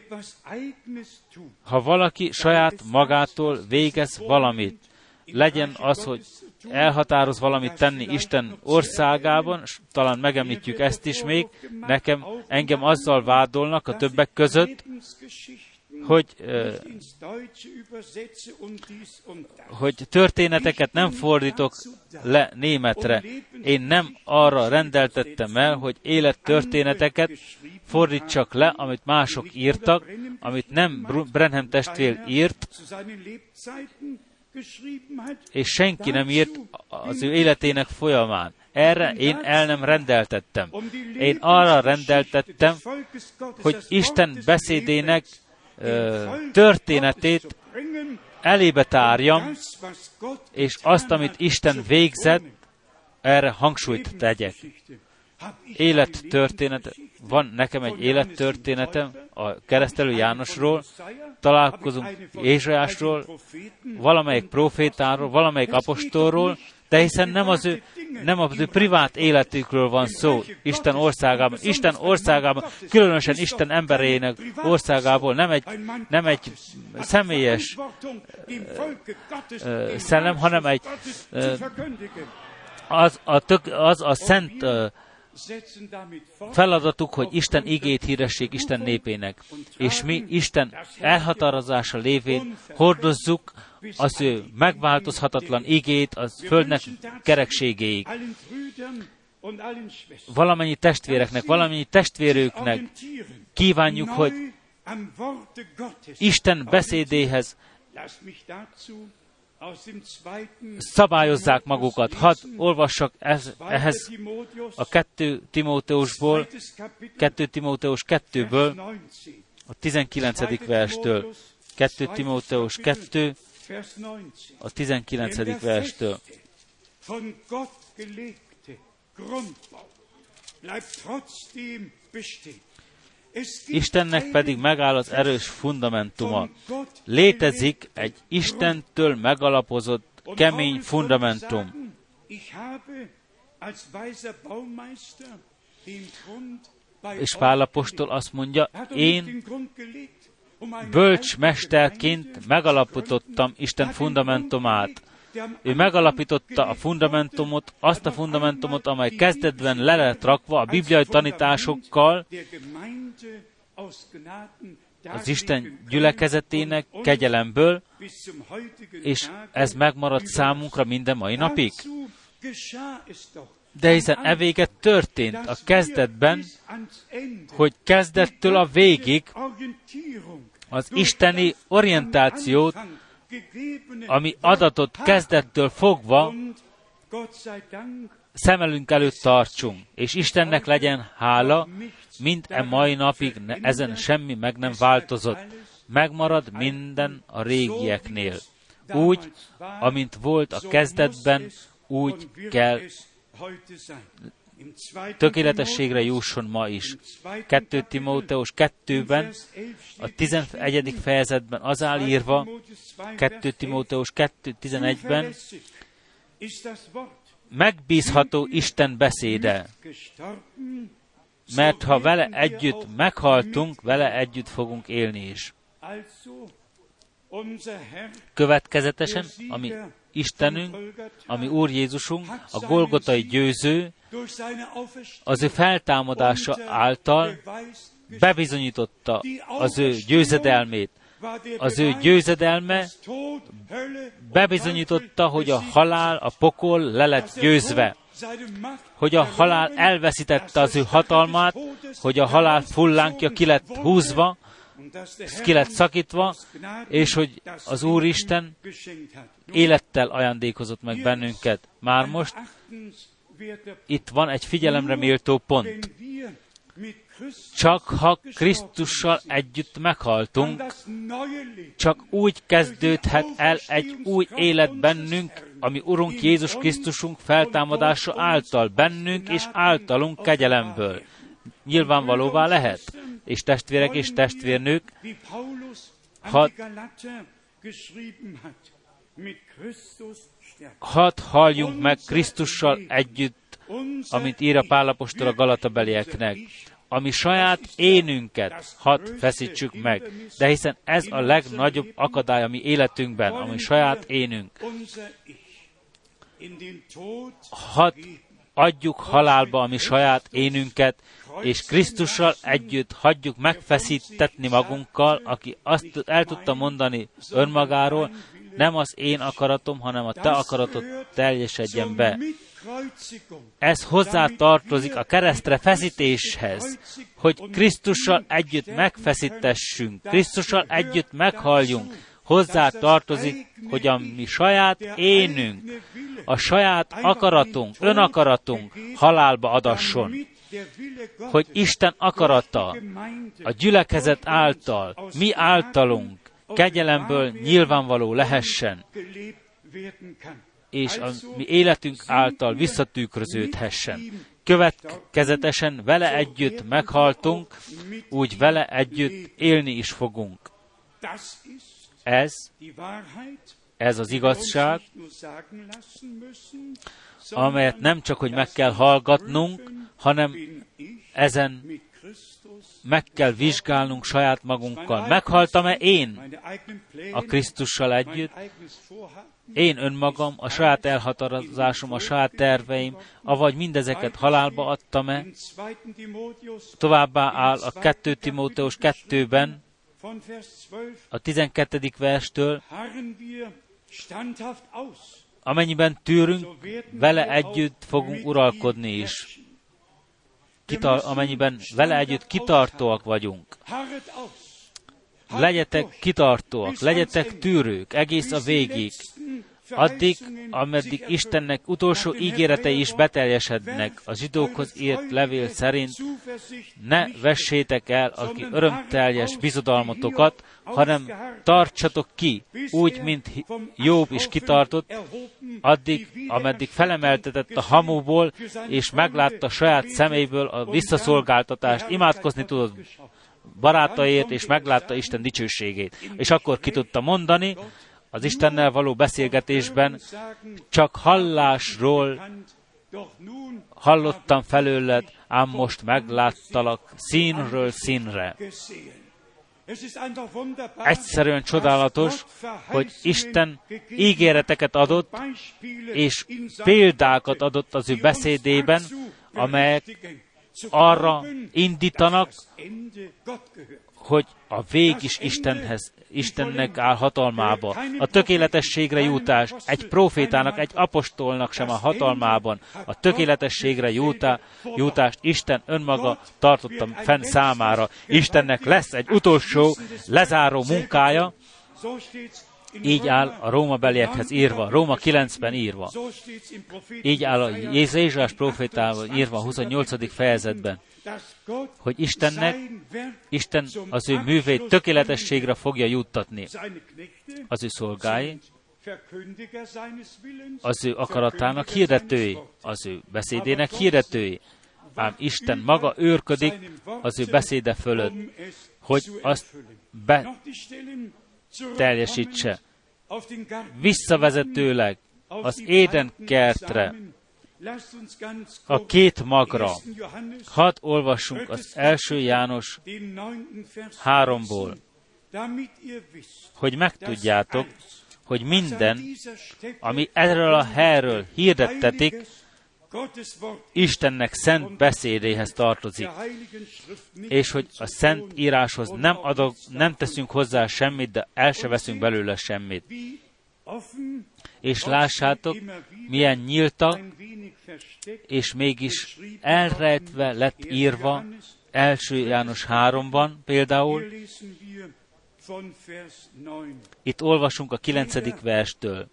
Ha valaki saját magától végez valamit, legyen az, hogy elhatároz valamit tenni Isten országában, talán megemlítjük ezt is még, engem azzal vádolnak a többek között, hogy történeteket nem fordítok le németre. Én nem arra rendeltettem el, hogy élettörténeteket fordítsak le, amit mások írtak, amit nem Branham testvér írt, és senki nem írt az ő életének folyamán. Erre én el nem rendeltettem. Én arra rendeltettem, hogy Isten beszédének történetét elébe tárjam, és azt, amit Isten végzett, erre hangsúlyt tegyek. Élettörténet, van nekem egy élettörténetem a Keresztelő Jánosról, találkozunk Ézsaiásról, valamelyik profétáról, valamelyik apostolról, de hiszen nem az ő privát életükről van szó Isten országában. Isten országában, különösen Isten emberének országából nem egy személyes szellem, hanem az a szent feladatuk, hogy Isten igét híressék Isten népének. És mi Isten elhatározása lévén hordozzuk az ő megváltozhatatlan igét a földnek kerekségéig. Valamennyi testvéreknek, valamennyi testvérőknek kívánjuk, hogy Isten beszédéhez szabályozzák magukat. Hadd olvassak ehhez a 2 Timóteus 2-ből, a 19. verstől. 2 Timóteus 2, a 19. verstől. Istennek pedig megáll az erős fundamentuma. Létezik egy Istentől megalapozott, kemény fundamentum. És Pál apostol azt mondja, én bölcs mesterként megalapítottam Isten fundamentumát. Ő megalapította a fundamentumot, azt a fundamentumot, amely kezdetben le lett rakva a bibliai tanításokkal, az Isten gyülekezetének kegyelemből, és ez megmaradt számunkra minden mai napig. De hiszen evéget történt a kezdetben, hogy kezdettől a végig az isteni orientációt, ami adatot kezdettől fogva, szem előtt tartsunk. És Istennek legyen hála, mind e mai napig ezen semmi meg nem változott. Megmarad minden a régieknél. Úgy, amint volt a kezdetben, úgy kell tökéletességre jusson ma is. 2 Timóteus 2-ben, a 11. fejezetben az áll írva, 2 Timóteus 2.11-ben, megbízható Isten beszéde, mert ha vele együtt meghaltunk, vele együtt fogunk élni is. Következetesen, ami Istenünk, ami Úr Jézusunk, a golgotai győző, az ő feltámadása által bebizonyította az ő győzedelmét. Az ő győzedelme bebizonyította, hogy a halál, a pokol le lett győzve, hogy a halál elveszítette az ő hatalmát, hogy a halál fullánkja ki lett húzva, ki lett szakítva, és hogy az Úristen élettel ajándékozott meg bennünket. Már most itt van egy figyelemre méltó pont. Csak ha Krisztussal együtt meghaltunk, csak úgy kezdődhet el egy új élet bennünk, ami Urunk Jézus Krisztusunk feltámadása által, bennünk és általunk kegyelemből nyilvánvalóvá lehet. És testvérek és testvérnők, hadd halljunk meg Krisztussal együtt, amint ír a Pál apostol a Galatabelieknek. Ami saját énünket hadd feszítsük meg. De hiszen ez a legnagyobb akadály a mi életünkben, ami saját énünk. Hadd adjuk halálba a mi saját énünket, és Krisztussal együtt hagyjuk megfeszítetni magunkkal, aki azt el tudta mondani önmagáról, nem az én akaratom, hanem a te akaratod teljesedjen be. Ez hozzá tartozik a keresztre feszítéshez, hogy Krisztussal együtt megfeszítessünk, Krisztussal együtt meghalljunk. Hozzá tartozik, hogy a mi saját énünk, a saját akaratunk, önakaratunk halálba adasson. Hogy Isten akarata a gyülekezet által, mi általunk kegyelemből nyilvánvaló lehessen, és a mi életünk által visszatükröződhessen. Következetesen vele együtt meghaltunk, úgy vele együtt élni is fogunk. Ez az igazság, amelyet nem csak, hogy meg kell hallgatnunk, hanem ezen meg kell vizsgálnunk saját magunkkal. Meghaltam-e én a Krisztussal együtt? Én önmagam, a saját elhatározásom, a saját terveim, avagy mindezeket halálba adtam-e? Továbbá áll a 2 Timóteus 2-ben, a 12. verstől, amennyiben tűrünk, vele együtt fogunk uralkodni is. Amennyiben vele együtt kitartóak vagyunk. Legyetek kitartóak, legyetek tűrők egész a végig, addig, ameddig Istennek utolsó ígéretei is beteljesednek. A zsidókhoz írt levél szerint ne vessétek el a örömteljes bizodalmatokat, hanem tartsatok ki, úgy, mint Jobb is kitartott, addig, ameddig felemeltetett a hamuból, és meglátta saját szeméből a visszaszolgáltatást, imádkozni tudott barátaiért, és meglátta Isten dicsőségét. És akkor ki tudta mondani, az Istennel való beszélgetésben, csak hallásról hallottam felőled, ám most megláttalak színről színre. Egyszerűen csodálatos, hogy Isten ígéreteket adott, és példákat adott az ő beszédében, amelyek arra indítanak, hogy a vég is Istennek áll hatalmába. A tökéletességre jutás egy profétának, egy apostolnak sem a hatalmában. A tökéletességre jutást Isten önmaga tartotta fenn számára. Istennek lesz egy utolsó, lezáró munkája, így áll a rómabeliekhez írva, Róma 9-ben írva. Így áll a Jézsaiás profétával írva a 28. fejezetben, hogy Isten az ő művét tökéletességre fogja juttatni. Az ő szolgái, az ő akaratának hirdetői, az ő beszédének hirdetői. Ám Isten maga őrködik az ő beszéde fölött, hogy azt teljesítse. Visszavezetőleg az Éden kertre, a 2 magra. Hadd olvassunk az 1. János 3-ból, hogy megtudjátok, hogy minden, ami erről a helyről hirdettetik, Istennek szent beszédéhez tartozik, és hogy a szent íráshoz nem teszünk hozzá semmit, de el se veszünk belőle semmit. És lássátok, milyen nyíltak, és mégis elrejtve lett írva, 1. János 3-ban például. Itt olvasunk a 9. verstől.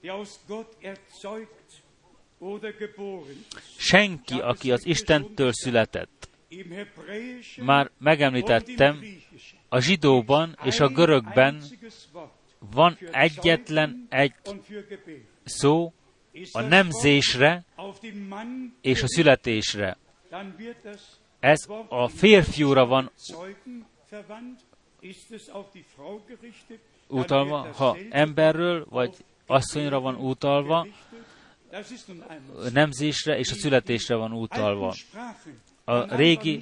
Senki, aki az Istentől született, már megemlítettem, a zsidóban és a görögben van egyetlen egy szó a nemzésre és a születésre. Ez a férfiúra van utalva, ha emberről vagy asszonyra van utalva, nemzésre és a születésre van utalva. A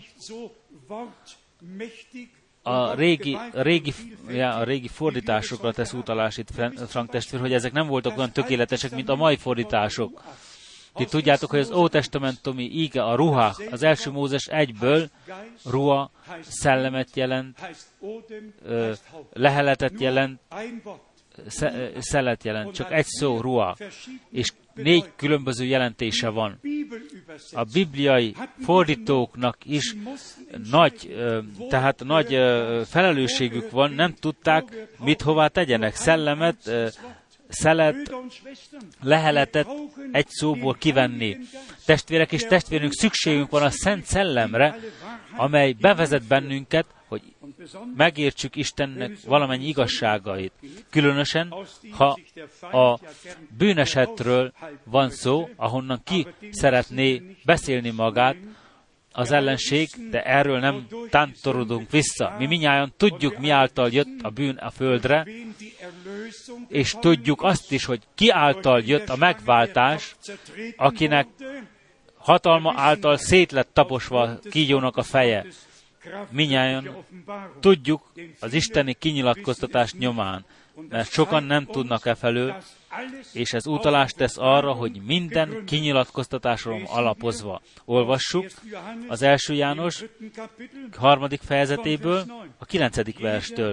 régi fordításokra tesz utalás itt Frank testvér, hogy ezek nem voltak olyan tökéletesek, mint a mai fordítások. Ti tudjátok, hogy az ótestamentumi íge, a ruha, az első Mózes 1-ből ruha szellemet jelent, leheletet jelent, szelet jelent. Csak egy szó, ruha. És 4 különböző jelentése van. A bibliai fordítóknak is nagy felelősségük van, nem tudták, mit hová tegyenek. Szellemet, szelet, leheletet egy szóból kivenni. Testvérek és testvérünk, szükségünk van a Szent Szellemre, amely bevezet bennünket, hogy megértsük Istennek valamennyi igazságait. Különösen, ha a bűnesetről van szó, ahonnan ki szeretné beszélni magát az ellenség, de erről nem tántorodunk vissza. Mi mindnyájan tudjuk, mi által jött a bűn a földre, és tudjuk azt is, hogy ki által jött a megváltás, akinek hatalma által szét lett taposva kígyónak a feje. Mindnyájan tudjuk az isteni kinyilatkoztatás nyomán, mert sokan nem tudnak efelől, és ez utalást tesz arra, hogy minden kinyilatkoztatáson alapozva. Olvassuk az 1. János 3. fejezetéből, a 9. verstől.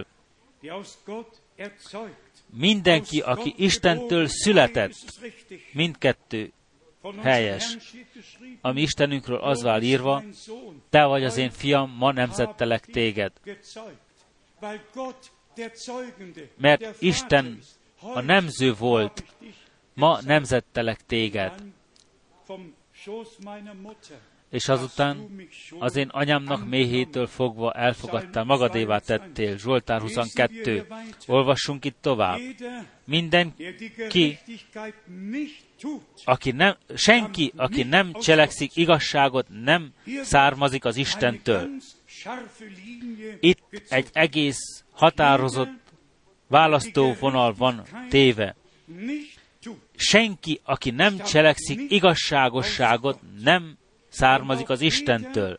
Mindenki, aki Istentől született, mindkettő helyes. Ami Istenünkről az vál írva, te vagy az én fiam, ma nemzettelek téged. Mert Isten a nemző volt, ma nemzettelek téged. És azután az én anyámnak méhétől fogva elfogadtál, magadévá tettél. Zsoltár 22. Olvassunk itt tovább. Senki, aki nem cselekszik igazságot, nem származik az Istentől. Itt egy egész határozott választóvonal van téve. Senki, aki nem cselekszik igazságosságot, nem származik az Istentől.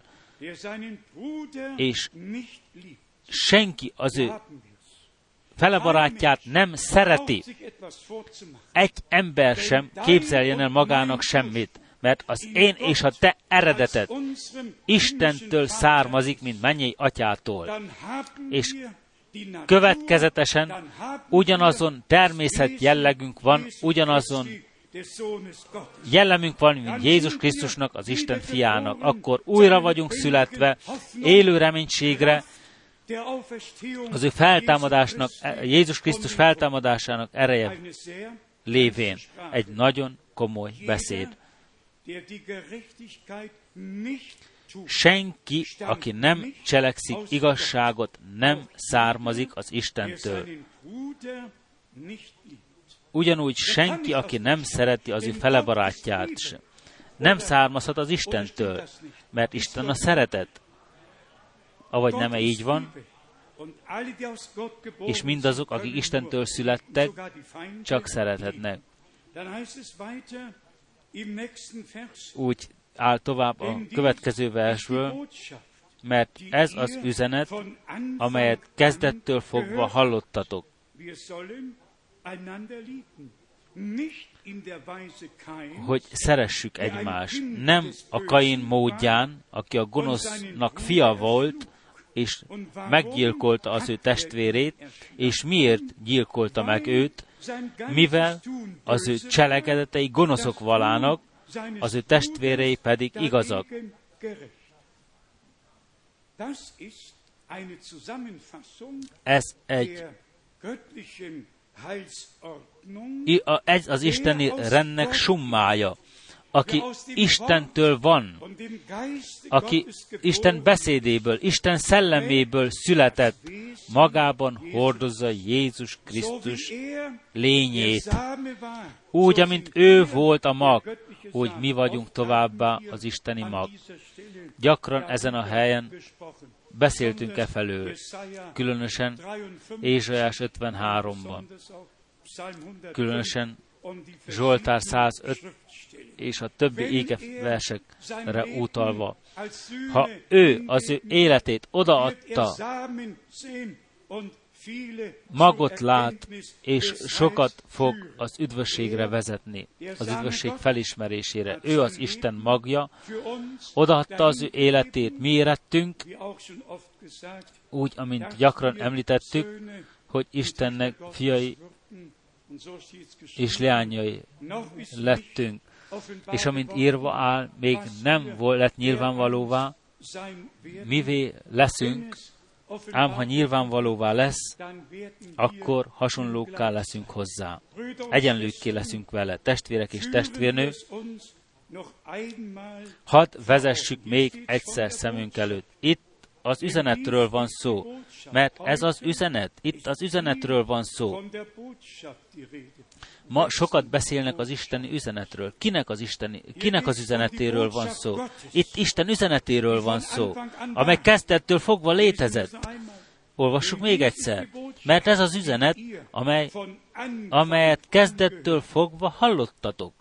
És senki az ő felebarátját nem szereti. Egy ember sem képzeljen el magának semmit, mert az én és a te eredeted Istentől származik, mint mennyei atyától. És következetesen ugyanazon természet jellegünk van, ugyanazon jellemünk van, mint Jézus Krisztusnak, az Isten fiának. Akkor újra vagyunk születve, élő reménységre, az ő feltámadásnak, Jézus Krisztus feltámadásának ereje lévén. Egy nagyon komoly beszéd. Senki, aki nem cselekszik igazságot, nem származik az Istentől. Ugyanúgy senki, aki nem szereti az ő felebarátját sem, nem származhat az Istentől, mert Isten a szeretet. Avagy nem így van, és mindazok, akik Istentől születtek, csak szerethetnek. Úgy áll tovább a következő versből, mert ez az üzenet, amelyet kezdettől fogva hallottatok. Hogy szeressük egymást. Nem a Kain módján, aki a gonosznak fia volt, és meggyilkolta az ő testvérét, és miért gyilkolta meg őt? Mivel az ő cselekedetei gonoszok valának, az ő testvérei pedig igazak. Ez az isteni rendnek summája, aki Istentől van, aki Isten beszédéből, Isten szelleméből született, magában hordozza Jézus Krisztus lényét. Úgy, amint ő volt a mag, úgy mi vagyunk továbbá az isteni mag. Gyakran ezen a helyen beszéltünk efelől, különösen Ézsaiás 53-ban, különösen Zsoltár 105 és a többi égeversekre utalva. Ha ő az ő életét odaadta magot lát, és sokat fog az üdvösségre vezetni, az üdvösség felismerésére. Ő az Isten magja, odaadta az ő életét mi érettünk, úgy, amint gyakran említettük, hogy Istennek fiai és leányai lettünk. És amint írva áll, még nem lett nyilvánvalóvá, mivé leszünk, ám ha nyilvánvalóvá lesz, akkor hasonlókká leszünk hozzá. Egyenlőkké leszünk vele, testvérek és testvérnő. Hadd vezessük még egyszer szemünk előtt. Itt az üzenetről van szó, mert ez az üzenet, itt az üzenetről van szó. Ma sokat beszélnek az isteni üzenetről. Kinek az üzenetéről van szó? Itt Isten üzenetéről van szó, amely kezdettől fogva létezett. Olvassuk még egyszer, mert ez az üzenet, amelyet kezdettől fogva hallottatok.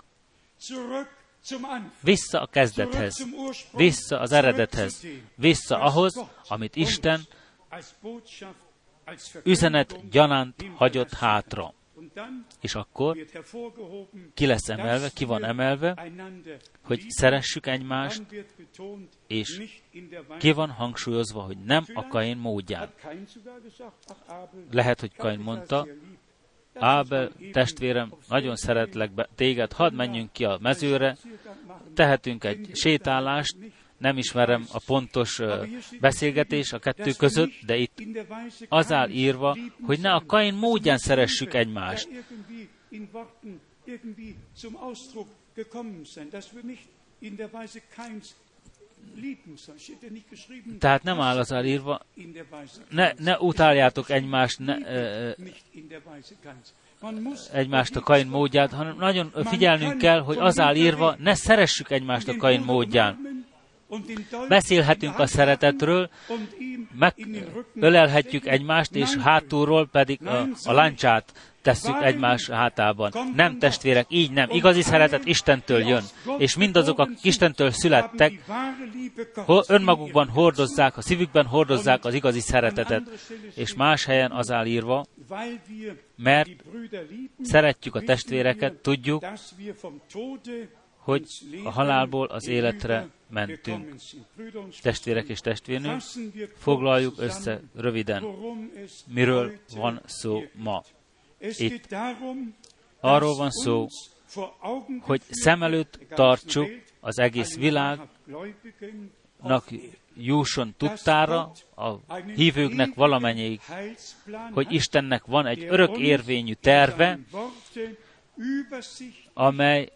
Vissza a kezdethez, vissza az eredethez, vissza ahhoz, amit Isten üzenet gyanánt hagyott hátra. És akkor ki lesz emelve, ki van emelve, hogy szeressük egymást, és ki van hangsúlyozva, hogy nem a Kain módján. Lehet, hogy Kain mondta, Ábel, testvérem, nagyon szeretlek téged, hadd menjünk ki a mezőre, tehetünk egy sétálást, nem ismerem a pontos beszélgetés a kettő között, de itt az áll írva, hogy ne a Kain módján szeressük egymást. Tehát nem áll az írva, ne utáljátok egymást, egymást a Kain módját, hanem nagyon figyelnünk kell, hogy az áll írva, ne szeressük egymást a Kain módján. Beszélhetünk a szeretetről, megölelhetjük egymást, és hátulról pedig a láncsát tesszük egymás hátában. Nem, testvérek, így nem. Igazi szeretet Istentől jön, és mindazok, akik Istentől születtek, önmagukban hordozzák, a szívükben hordozzák az igazi szeretetet. És más helyen az áll írva, mert szeretjük a testvéreket, tudjuk, hogy a halálból az életre mentünk. Testvérek és testvérnők, foglaljuk össze röviden, miről van szó ma. Itt arról van szó, hogy szem előtt tartsuk az egész világnak jusson tudtára, a hívőknek valamennyiig, hogy Istennek van egy örök érvényű terve, amely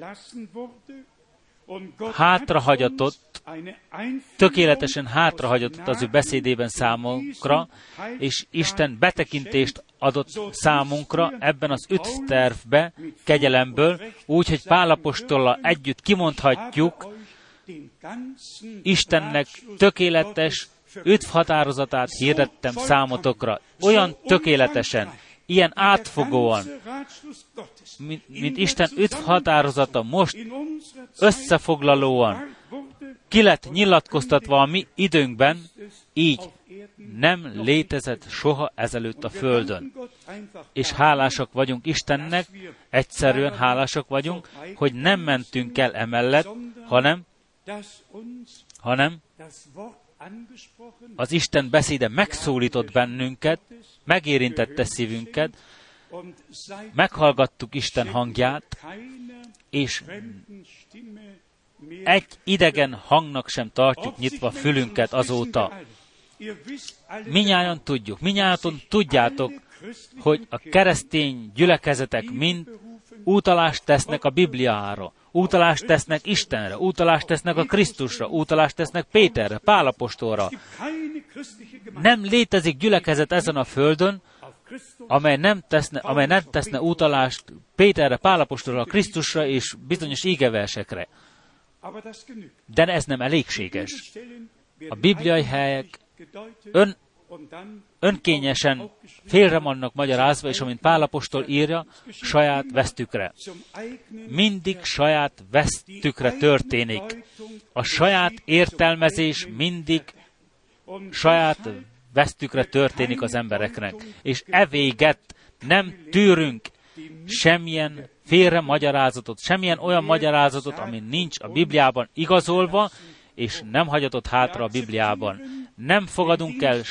hátrahagyatott, tökéletesen hátrahagyatott az ő beszédében számunkra, és Isten betekintést adott számunkra ebben az üdvtervbe, kegyelemből, úgy, hogy Pál apostollal együtt kimondhatjuk, Istennek tökéletes üdvhatározatát hirdettem számotokra. Olyan tökéletesen, ilyen átfogóan, mint Isten üdvhatározata most összefoglalóan ki lett nyilatkoztatva a mi időnkben, így nem létezett soha ezelőtt a Földön. És hálásak vagyunk Istennek, egyszerűen hálásak vagyunk, hogy nem mentünk el emellett, hanem az Isten beszéde megszólított bennünket, megérintette szívünket, meghallgattuk Isten hangját, és egy idegen hangnak sem tartjuk nyitva fülünket azóta. Minnyájan tudjuk, minnyájan tudjátok, hogy a keresztény gyülekezetek mind utalást tesznek a Bibliára, utalást tesznek Istenre, utalást tesznek a Krisztusra, utalást tesznek Péterre, Pál apostolra. Nem létezik gyülekezet ezen a földön, amely nem teszne utalást Péterre, Pál apostolra, Krisztusra és bizonyos ígeversekre. De ez nem elégséges. A bibliai helyek önkényesen félre vannak magyarázva, és amint Pál apostol írja, saját vesztükre. Mindig saját vesztükre történik. A saját értelmezés mindig saját vesztükre történik az embereknek. És evéget nem tűrünk semmilyen félre magyarázatot, semmilyen olyan magyarázatot, ami nincs a Bibliában igazolva, és nem hagyatott hátra a Bibliában. Nem fogadunk el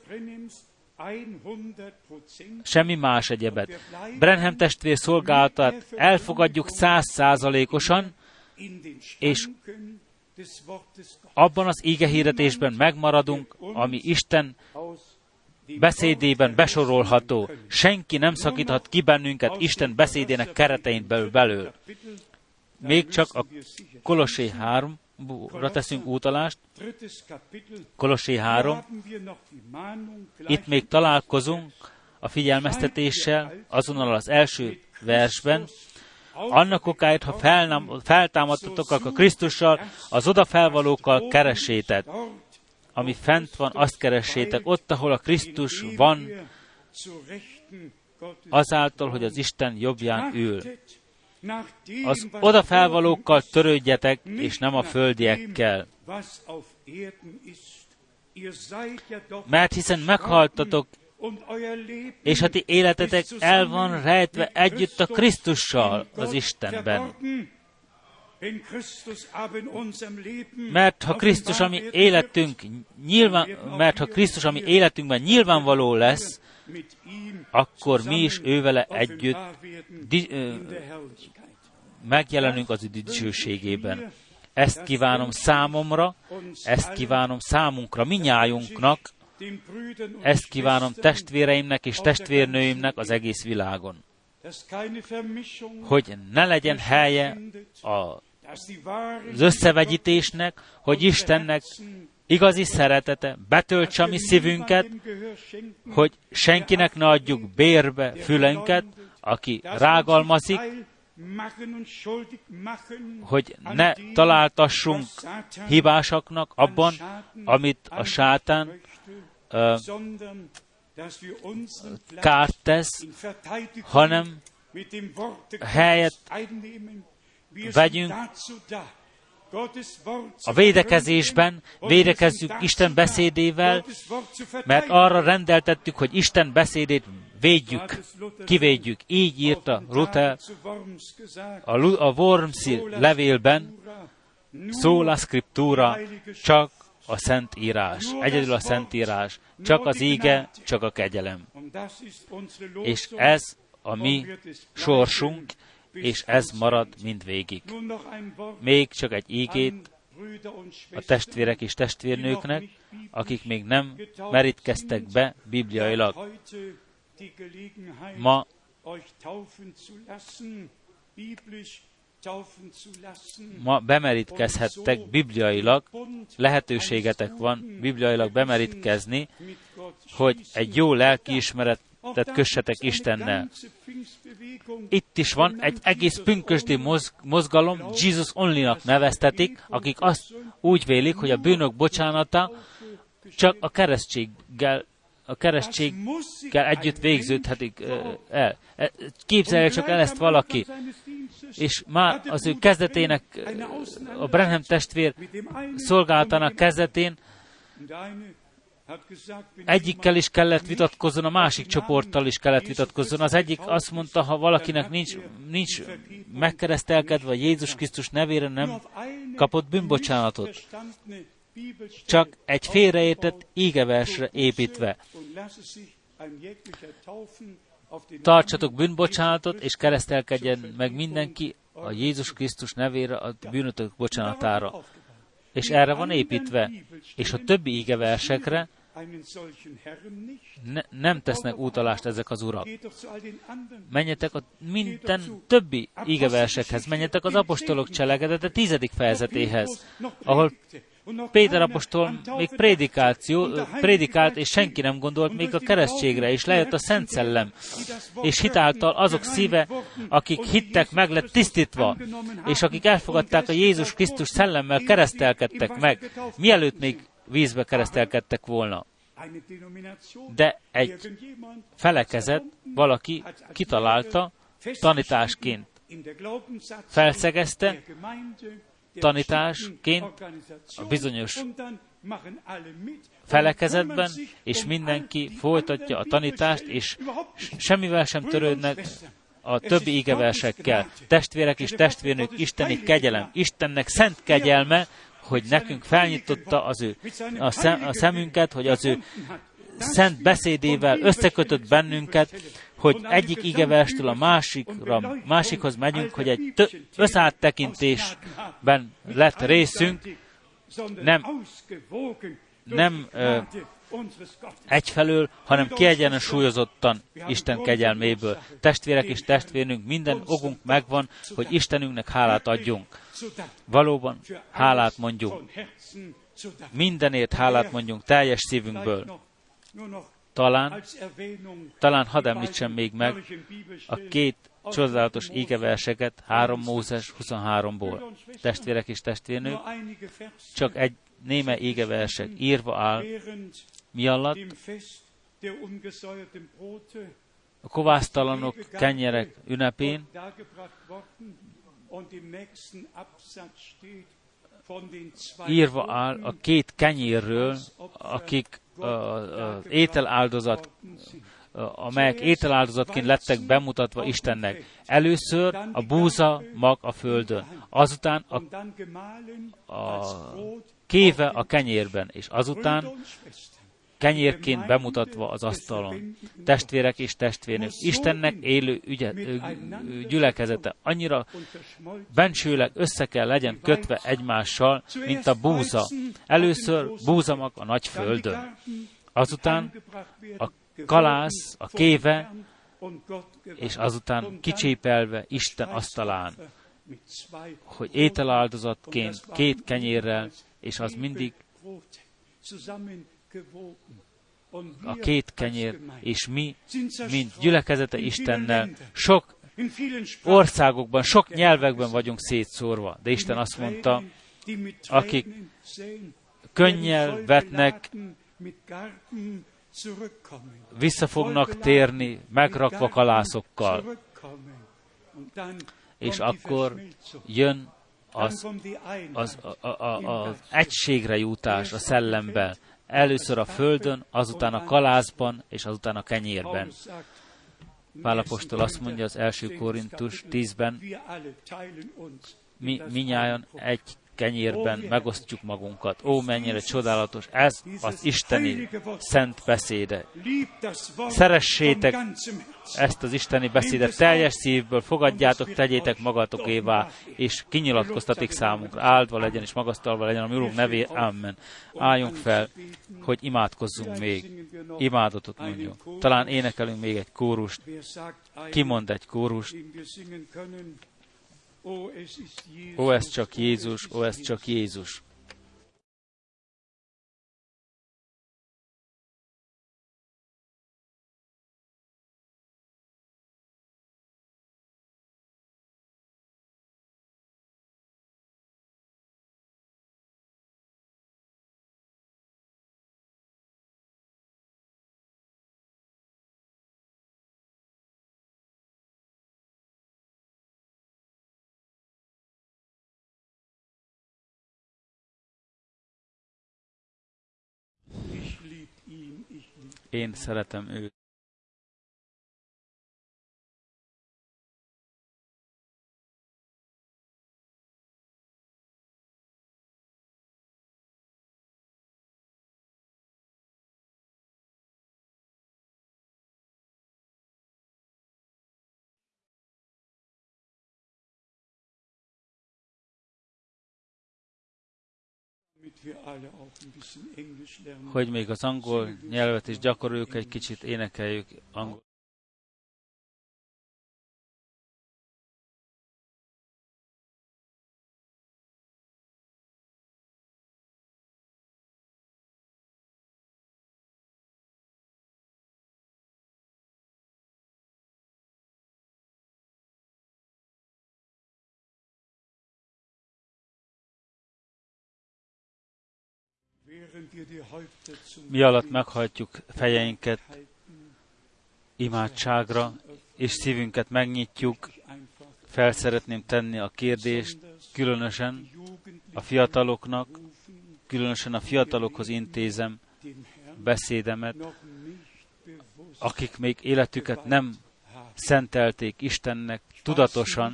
semmi más egyebet. Branham testvér szolgálatát elfogadjuk 100%-osan, és abban az ígehirdetésben megmaradunk, ami Isten beszédében besorolható. Senki nem szakíthat ki bennünket Isten beszédének keretein belül. Még csak a Kolossé 3-ra teszünk utalást. Kolossé 3. Itt még találkozunk a figyelmeztetéssel, azonnal az első versben. Annak okáért, ha feltámadtatok a Krisztussal, az odafelvalókkal keressétek. Ami fent van, azt keressétek. Ott, ahol a Krisztus van, azáltal, hogy az Isten jobbján ül. Az odafelvalókkal törődjetek, és nem a földiekkel. Mert hiszen meghaltatok, és a ti életetek el van rejtve együtt a Krisztussal az Istenben. Mert ha Krisztus, ami életünkben nyilvánvaló lesz, akkor mi is ővele együtt megjelenünk az ő dicsőségében. Ezt kívánom számomra, ezt kívánom számunkra, minnyájunknak, ezt kívánom testvéreimnek és testvérnőimnek az egész világon. Hogy ne legyen helye az összevegyítésnek, hogy Istennek igazi szeretete betöltse a mi szívünket, hogy senkinek ne adjuk bérbe fülünket, aki rágalmazik, hogy ne találtassunk hibásaknak abban, amit a sátán kárt tesz, hanem helyet vegyünk a védekezésben, védekezzük Isten beszédével, mert arra rendeltettük, hogy Isten beszédét védjük, kivédjük. Így írta Luther a Wormsi levélben, sola scriptura, csak a Szentírás, egyedül a Szentírás, csak az íge, csak a kegyelem. És ez a mi sorsunk, és ez marad mindvégig. Még csak egy ígét a testvérek és testvérnőknek, akik még nem merítkeztek be bibliailag. Ma bemerítkezhettek bibliailag, lehetőségetek van bibliailag bemerítkezni, hogy egy jó lelkiismeretet kössetek Istennel. Itt is van egy egész pünkösdi mozgalom, Jesus Only-nak neveztetik, akik azt úgy vélik, hogy a bűnök bocsánata csak a keresztséggel együtt végződhetik el. Képzelje csak el ezt valaki. És már az ő kezdetének, a Branham testvér szolgálatának kezdetén egyikkel is kellett vitatkozzon, a másik csoporttal is kellett vitatkozzon. Az egyik azt mondta, ha valakinek nincs megkeresztelkedve, vagy Jézus Krisztus nevére nem kapott bűnbocsánatot. Csak egy félreértett ígeversre építve. Tartsatok bűnbocsánatot, és keresztelkedjen meg mindenki a Jézus Krisztus nevére a bűnötök bocsánatára. És erre van építve. És a többi ígeversekre nem tesznek utalást ezek az urak. Menjetek a minden többi ígeversekhez, menjetek az apostolok cselekedete 10. fejezetéhez, ahol Péter apostol még prédikált, és senki nem gondolt még a keresztségre, és lejött a Szent Szellem, és hitáltal azok szíve, akik hittek, meg lett tisztítva, és akik elfogadták a Jézus Krisztus szellemmel, keresztelkedtek meg, mielőtt még vízbe keresztelkedtek volna. De egy felekezet valaki kitalálta tanításként, felszegezte, tanításként a bizonyos felekezetben, és mindenki folytatja a tanítást, és semmivel sem törődnek a többi igeversekkel. Testvérek és testvérnők, isteni kegyelem, Istennek szent kegyelme, hogy nekünk felnyitotta a szemünket, hogy az ő szent beszédével összekötött bennünket, hogy egyik igeverstől a másikhoz megyünk, hogy egy összeáttekintésben lett részünk, nem egyfelől, hanem kiegyensúlyozottan Isten kegyelméből. Testvérek és testvérnünk, minden okunk megvan, hogy Istenünknek hálát adjunk. Valóban hálát mondjunk. Mindenért hálát mondjunk teljes szívünkből. Talán hadd említsem még meg a két csodálatos ígeverseket 3 Mózes 23-ból. Testvérek és testvérnők, csak egy néme ígeversek írva áll, mi alatt? A kovásztalanok kenyerek ünnepén, írva áll a két kenyérről, akik az ételáldozat, amelyek ételáldozatként lettek bemutatva Istennek. Először a búza mag a földön, azután a kéve a kenyérben, és azután kenyérként bemutatva az asztalon. Testvérek és testvérnők, Istennek élő gyülekezete annyira bensőleg össze kell legyen kötve egymással, mint a búza. Először búzamag a nagy földön, azután a kalász, a kéve, és azután kicsépelve Isten asztalán, hogy ételáldozatként 2 kenyérrel, és az mindig a 2 kenyér, és mi, mint gyülekezete Istennel, sok országokban, sok nyelvekben vagyunk szétszórva. De Isten azt mondta, akik könnyel vetnek, vissza fognak térni megrakva kalászokkal. És akkor jön az egységre jutás a szellemben. Először a földön, azután a kalászban, és azután a kenyérben. Pál apostol azt mondja az 1. Korintus 10-ben, mi minnyájan egy kenyérben megosztjuk magunkat. Ó, mennyire csodálatos! Ez az isteni szent beszéde. Szeressétek ezt az isteni beszédet teljes szívből, fogadjátok, tegyétek magatokévá, és kinyilatkoztatik számunkra. Áldva legyen és magasztalva legyen a mi Urunk nevé. Amen. Álljunk fel, hogy imádkozzunk még. Imádatot mondjunk. Talán énekelünk még egy kórust. Ki mond egy kórust? Ó, ez csak Jézus, ó, ez csak Jézus. Én szeretem őt. Hogy még az angol nyelvet is gyakoroljuk, egy kicsit énekeljük angol. Mi alatt meghajtjuk fejeinket imádságra, és szívünket megnyitjuk, fel szeretném tenni a kérdést, különösen a fiataloknak, különösen a fiatalokhoz intézem beszédemet, akik még életüket nem szentelték Istennek tudatosan.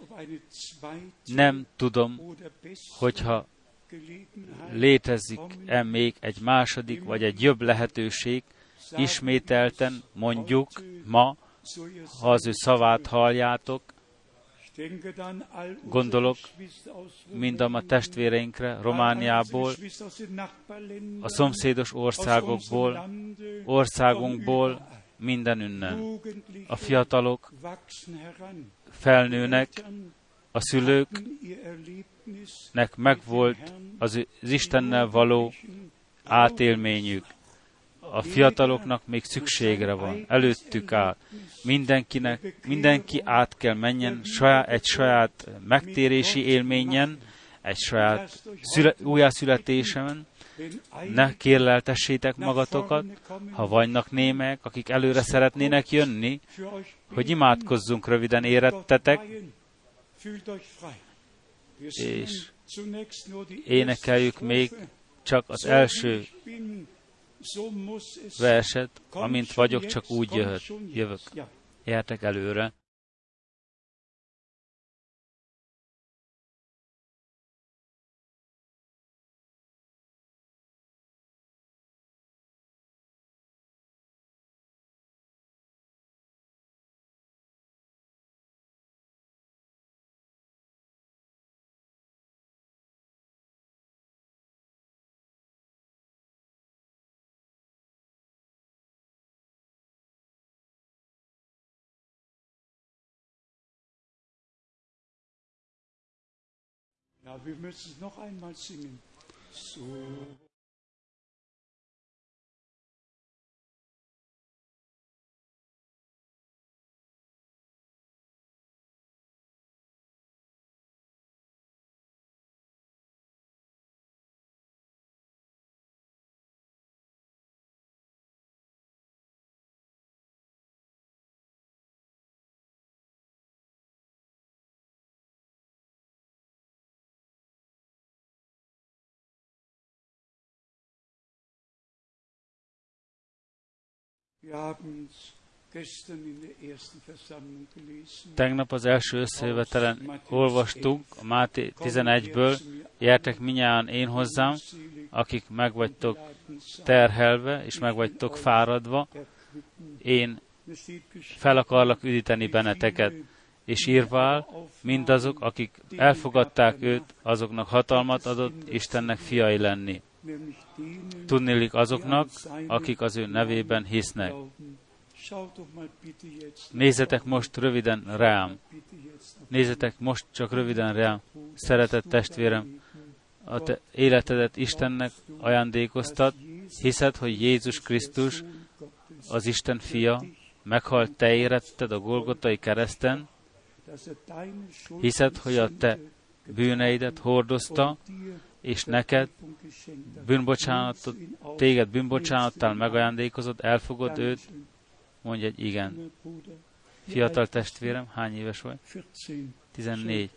Nem tudom, hogyha létezik-e még egy második vagy egy jobb lehetőség, ismételten mondjuk ma, ha az ő szavát halljátok, gondolok mindam a testvéreinkre Romániából, a szomszédos országunkból, mindenünnen. A fiatalok felnőnek, a szülőknek megvolt az Istennel való átélményük. A fiataloknak még szükségre van, előttük áll. Mindenki át kell menjen egy saját megtérési élményen, egy saját újjászületésen. Ne kérleltessétek magatokat, ha vannak némek, akik előre szeretnének jönni, hogy imádkozzunk röviden, érettetek, és énekeljük még csak az első verset, amint vagyok, csak úgy jövök. Gyertek előre. Ja, wir müssen es noch einmal singen. So. Tegnap az első összejövetelen olvastuk a Máté 11-ből, gyertek minnyájan én hozzám, akik megvagytok terhelve, és megvagytok fáradva, én fel akarlak üdíteni benneteket. És írvál, mindazok, akik elfogadták őt, azoknak hatalmat adott Istennek fiai lenni. Tudniillik azoknak, akik az ő nevében hisznek. Nézzetek most röviden rám. Nézzetek most csak röviden rám, szeretett testvérem. A te életedet Istennek ajándékoztat, hiszed, hogy Jézus Krisztus, az Isten fia, meghalt te éretted a Golgotai kereszten, hiszed, hogy a te bűneidet hordozta, és neked téged bűnbocsánattal megajándékozott, elfogod őt, mondj egy igen. Fiatal testvérem, hány éves vagy? 14.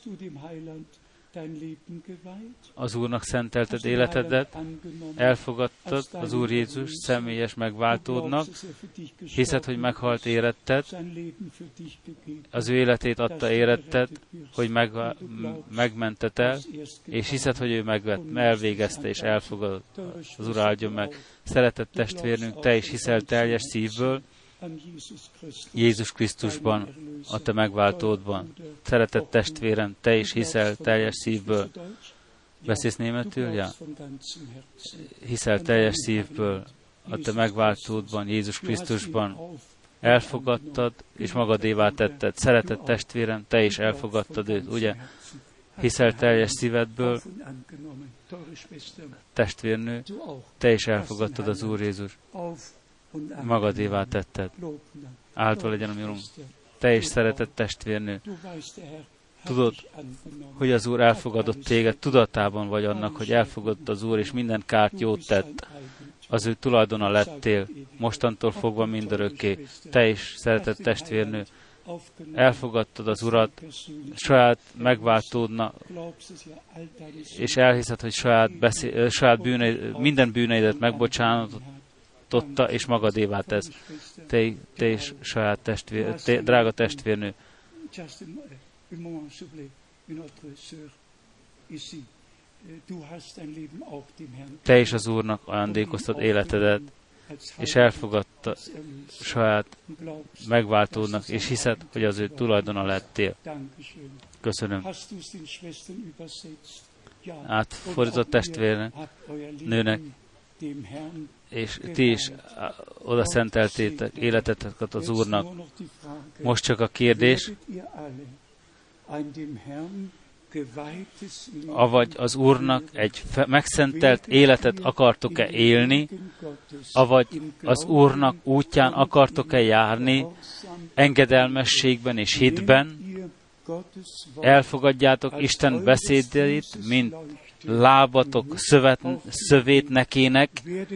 Az Úrnak szentelted életedet, elfogadtad az Úr Jézus személyes megváltódnak, hiszed, hogy meghalt éretted, az ő életét adta éretted, hogy megmented el, és hiszed, hogy ő elvégezte és elfogadott. Az Úr áldjon meg. Szeretett testvérnünk, te is hiszel teljes szívből Jézus Krisztusban, a te megváltódban. Szeretett testvérem, te is hiszel teljes szívből. Beszélsz németül? Ja. Hiszel teljes szívből a te megváltódban, Jézus Krisztusban. Elfogadtad, és magadévá tetted. Szeretett testvérem, te is elfogadtad őt, ugye? Hiszel teljes szívedből, testvérnő, te is elfogadtad az Úr Jézus. Magadévá tetted. Áldva legyen a mi Urunk. Te is szeretett testvérnő. Tudod, hogy az Úr elfogadott téged, tudatában vagy annak, hogy elfogadott az Úr, és minden kárt jót tett. Az ő tulajdona lettél, mostantól fogva mindörökké. Te is, szeretett testvérnő, elfogadtad az Urat, saját megváltódna, és elhiszed, hogy minden bűneidet megbocsátotta, és magadévá tesz. Te is saját drága testvérnő. Te is az Úrnak ajándékoztad életedet, és elfogadta saját megváltódnak, és hiszed, hogy az ő tulajdona lettél. Köszönöm. Átfordított testvérnek, nőnek, és ti is oda szenteltétek életeteket az Úrnak. Most csak a kérdés, avagy az Úrnak egy megszentelt életet akartok-e élni, avagy az Úrnak útján akartok-e járni, engedelmességben és hitben, elfogadjátok Isten beszédeit, mint lábatok szövét nekének,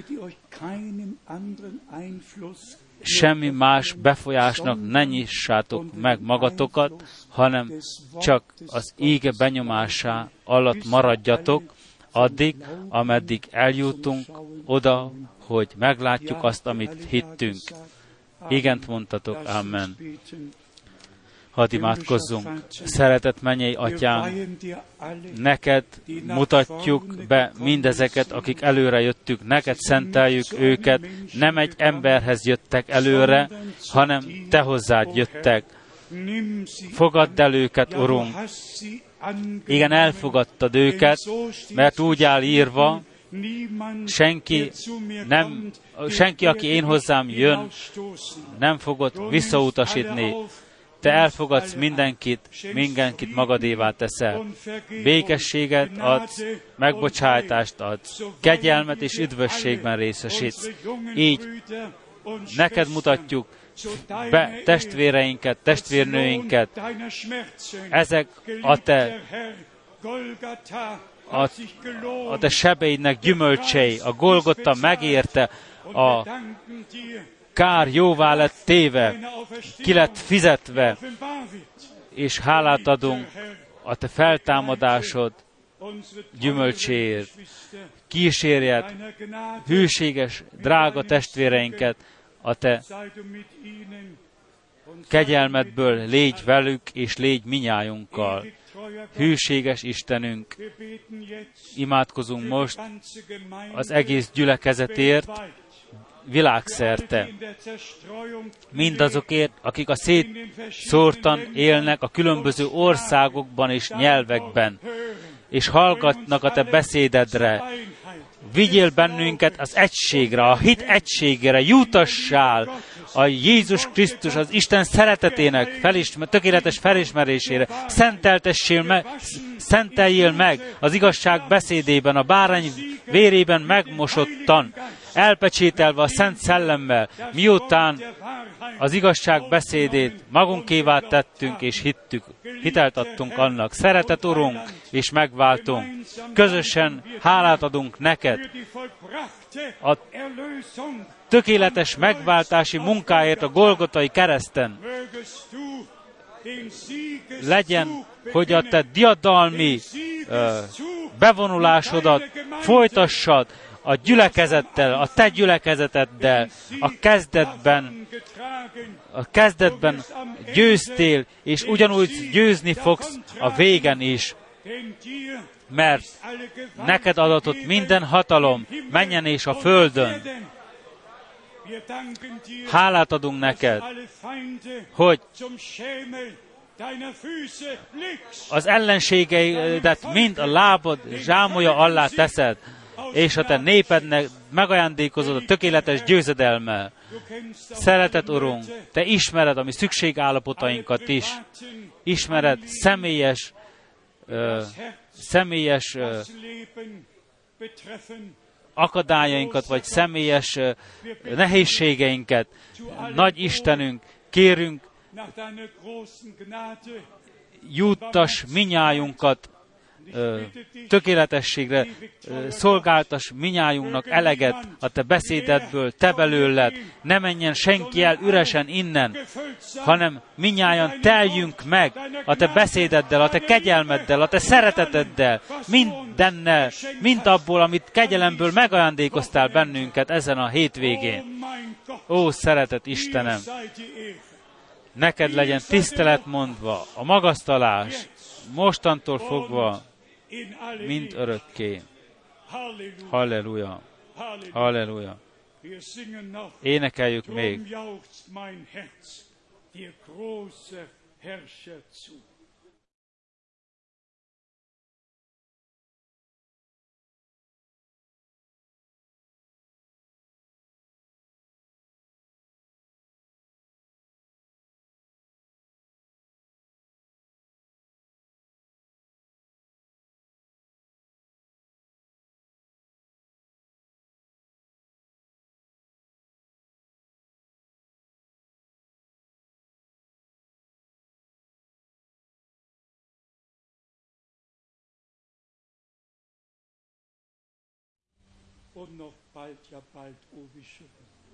semmi más befolyásnak ne nyissátok meg magatokat, hanem csak az íge benyomása alatt maradjatok, addig, ameddig eljutunk oda, hogy meglátjuk azt, amit hittünk. Igent mondtatok, amen. Hadd imádkozzunk. Szeretett mennyei Atyám, neked mutatjuk be mindezeket, akik előre jöttük, neked szenteljük őket, nem egy emberhez jöttek előre, hanem te hozzád jöttek. Fogadd el őket, Urunk. Igen, elfogadtad őket, mert úgy áll írva, senki, aki én hozzám jön, nem fogod visszautasítani. Te elfogadsz mindenkit magadévá teszel. Békességet adsz, megbocsájtást adsz, kegyelmet és üdvösségben részesítsz. Így neked mutatjuk be testvéreinket, testvérnőinket. Ezek a te sebeidnek gyümölcsei, a Golgota megérte, a kár jóvá lett téve, ki lett fizetve, és hálát adunk a te feltámadásod gyümölcséért. Kísérjed hűséges, drága testvéreinket a te kegyelmedből, légy velük, és légy minnyájunkkal. Hűséges Istenünk, imádkozunk most az egész gyülekezetért, világszerte. Mindazokért, akik a szétszórtan élnek a különböző országokban és nyelvekben, és hallgatnak a te beszédedre. Vigyél bennünket az egységre, a hit egységére, jutassál a Jézus Krisztus, az Isten szeretetének tökéletes felismerésére. Szenteljél meg az igazság beszédében, a bárány vérében megmosottan, elpecsételve a Szent Szellemmel, miután az igazság beszédét magunkévá tettünk és hitelt adtunk annak. Szeretett Urunk és megváltunk. Közösen hálát adunk neked a tökéletes megváltási munkáért a Golgotai kereszten. Legyen, hogy a te diadalmi bevonulásodat folytassad a gyülekezettel, a te gyülekezeteddel. A kezdetben győztél, és ugyanúgy győzni fogsz a végen is, mert neked adatott minden hatalom, mennyen és a földön. Hálát adunk neked, hogy az ellenségeidet mind a lábad zsámolya alá teszed, és a te népednek megajándékozod a tökéletes győzedelmmel. Szeretett Urunk, te ismered a mi szükségállapotainkat is. Ismered személyes akadályainkat, vagy személyes nehézségeinket. Nagy Istenünk, kérünk, juttass minnyájunkat tökéletességre szolgáltass minnyájunknak eleget a te beszédedből, te belőled. Ne menjen senki el üresen innen, hanem minnyájan teljünk meg a te beszédeddel, a te kegyelmeddel, a te szereteteddel, mindennel, mind abból, amit kegyelemből megajándékoztál bennünket ezen a hétvégén. Ó, szeretett Istenem! Neked legyen tisztelet mondva, a magasztalás, mostantól fogva, mind örökké. Halleluja! Halleluja! Énekeljük még. Und noch bald, ja bald, oh wie schön.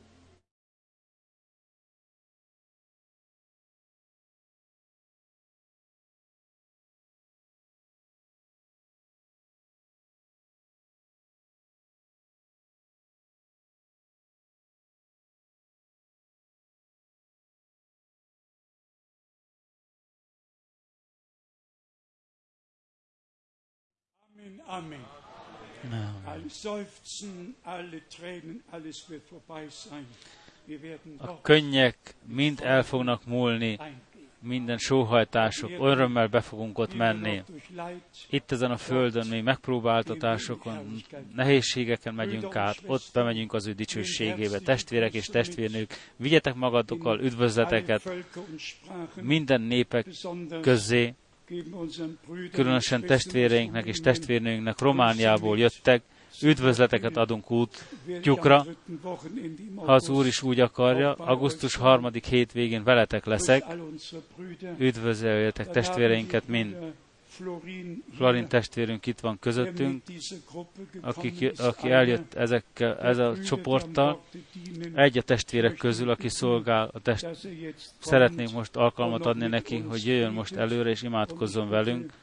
Amen, Amen. Alle Seufzen, alle Tränen, alles wird vorbei sein. Wir werden A könnyek mind el fognak múlni, minden sóhajtások, örömmel be fogunk ott menni. Itt ezen a földön még megpróbáltatásokon, nehézségeken megyünk át, ott bemegyünk az ő dicsőségébe. Testvérek és testvérnők, vigyetek magatokkal üdvözleteket minden népek közé, különösen testvéreinknek és testvérnőinknek Romániából jöttek, üdvözleteket adunk útjukra. Ha az Úr is úgy akarja, augusztus 3. hétvégén veletek leszek. Üdvözöljetek testvéreinket mind. Florin testvérünk itt van közöttünk, aki eljött ezzel a csoporttal. Egy a testvérek közül, aki szolgál, szeretnék most alkalmat adni neki, hogy jöjjön most előre és imádkozzon velünk,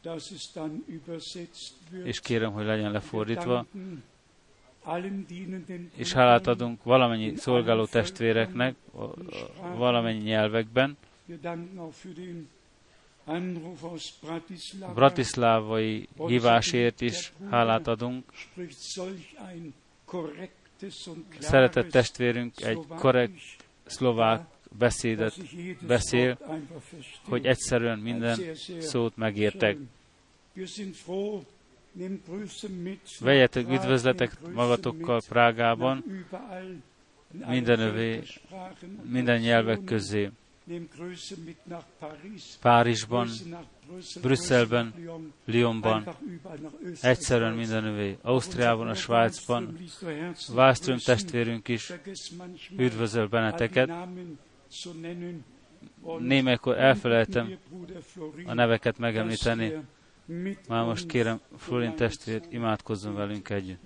és kérem, hogy legyen lefordítva. És hálát adunk valamennyi szolgáló testvéreknek, valamennyi nyelvekben. Bratislávai hívásért is hálát adunk. Szeretett testvérünk egy korrekt szlovák beszédet beszél, hogy egyszerűen minden szót megértek. Vegyetek üdvözletek magatokkal Prágában, minden nyelvek közé. Párizsban, Brüsszelben, Lyonban, egyszerűen mindenövé, Ausztriában, a Svájcban, Wallström testvérünk is üdvözöl benneteket. Némelykor elfelejtem a neveket megemlíteni. Már most kérem, Florin testvér, imádkozzon velünk együtt.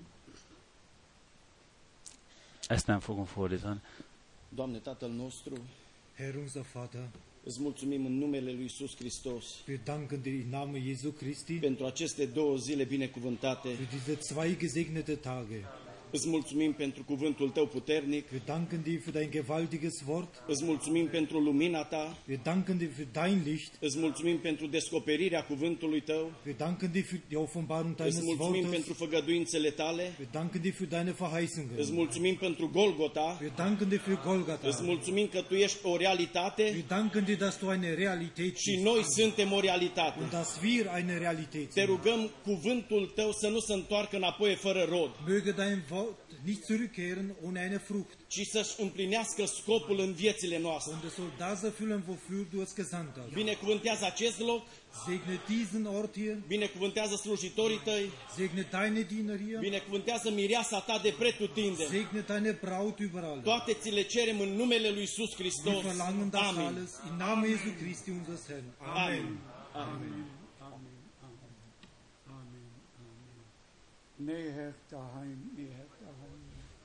Ezt nem fogom fordítani. Doamne, Tatăl nostru, Herr unser Vater, îți mulțumim în numele lui Iisus Hristos wir danken dir im Namen Jesu Christi pentru aceste 2 zile binecuvântate. für diese 2 gesegnete Tage. Îți mulțumim pentru cuvântul tău puternic. Wir danken dir für dein gewaltiges Wort. Îți mulțumim pentru lumina ta. Wir danken dir für dein Licht. Îți mulțumim pentru descoperirea cuvântului tău. Wir danken dir für die Offenbarung deines Îți mulțumim Wortes. pentru făgăduințele tale. Wir danken dir für deine Verheißungen. Îți mulțumim pentru Golgota. Wir danken dir für Golgatha. Îți mulțumim că tu ești o realitate. Wir danken dir, dass du eine Realität Și bist. noi suntem o realitate. Und dass wir eine Realität Te sind. rugăm cuvântul tău să nu se întoarcă înapoi fără rod, Möge dein Wort nicht zurückkehren ohne eine Frucht, ci să-și împlinească scopul în viețile noastre. sondern es soll das erfüllen, wofür du es gesandt hast. Binecuvântează acest loc, Segne diesen Ort hier, binecuvântează slujitorii tăi, segne deine Diener hier, binecuvântează mireasa ta de pretutindeni. segne deine Braut überall. Toate ți le cerem în numele lui Iisus Wir Hristos. verlangen das Amin. alles im Namen Jesu Christi unseres Herrn. Amen. Amin. Amin. näher daheim, näher daheim.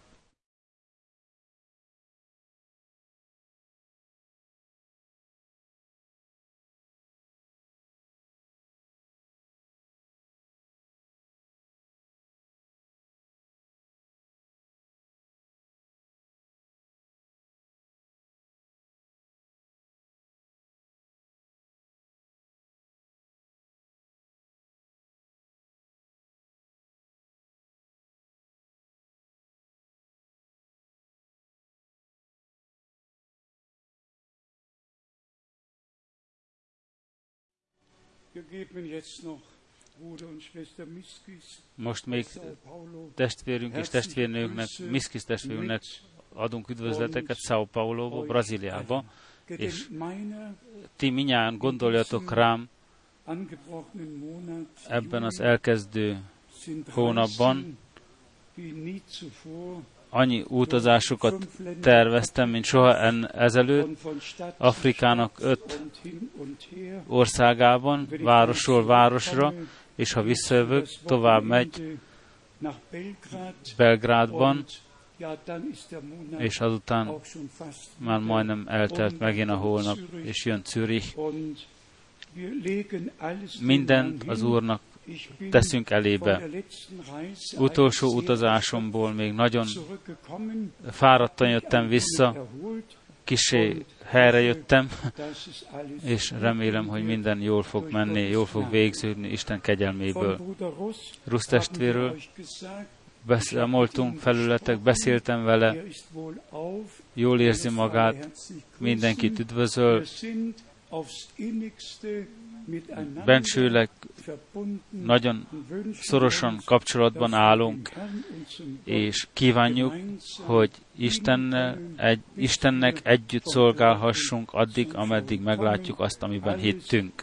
Most még testvérünk és testvérnőknek, Miszkis testvérünknek adunk üdvözleteket São Pauloba, Brazíliába, és ti minnyáján gondoljatok rám ebben az elkezdő hónapban. Annyi utazásokat terveztem, mint soha ezelőtt, Afrikának 5 országában, városról városra, és ha visszajövök, tovább megy Belgrádban, és azután már majdnem eltelt megint a hónap, és jön Zürich. Mindent az Úrnak teszünk elébe. Utolsó utazásomból még nagyon fáradtan jöttem vissza, kissé helyre jöttem, és remélem, hogy minden jól fog menni, jól fog végződni Isten kegyelméből. Rusz testvérről beszámoltunk felületek, beszéltem vele, jól érzi magát, mindenkit üdvözöl, bensőleg nagyon szorosan kapcsolatban állunk, és kívánjuk, hogy Istennek együtt szolgálhassunk addig, ameddig meglátjuk azt, amiben hittünk.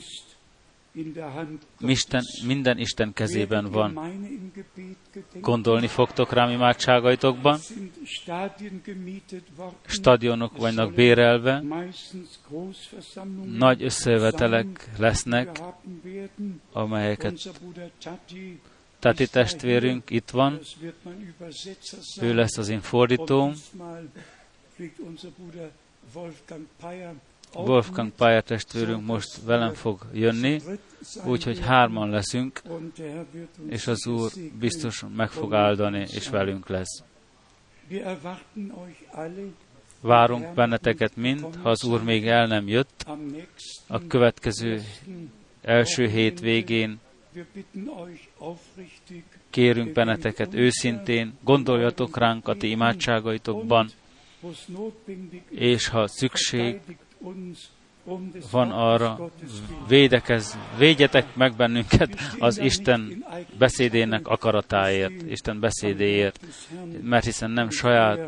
Minden Isten kezében van. Gondolni fogtok rám imádságaitokban. Stadionok vannak bérelve, nagy összejövetelek lesznek, amelyeket Tati testvérünk itt van, ő lesz az én fordítóm. Wolfgang Pálya testvérünk most velem fog jönni, úgyhogy 3-an leszünk, és az Úr biztosan meg fog áldani, és velünk lesz. Várunk benneteket mind, ha az Úr még el nem jött, a következő első hét végén kérünk benneteket őszintén, gondoljatok ránk a ti imádságaitokban, és ha szükség van arra, védjetek meg bennünket az Isten beszédének akaratáért, Isten beszédéért, mert hiszen nem saját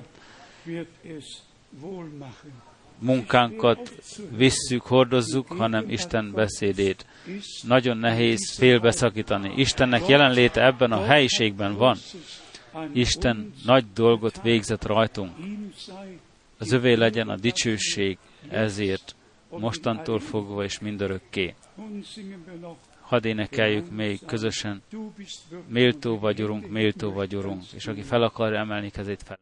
munkánkat visszük, hordozzuk, hanem Isten beszédét. Nagyon nehéz félbeszakítani. Istennek jelenléte ebben a helyiségben van. Isten nagy dolgot végzett rajtunk. Az övé legyen a dicsőség ezért, mostantól fogva és mindörökké. Hadd énekeljük még közösen, méltó vagy, Urunk, és aki fel akarja emelni kezét fel.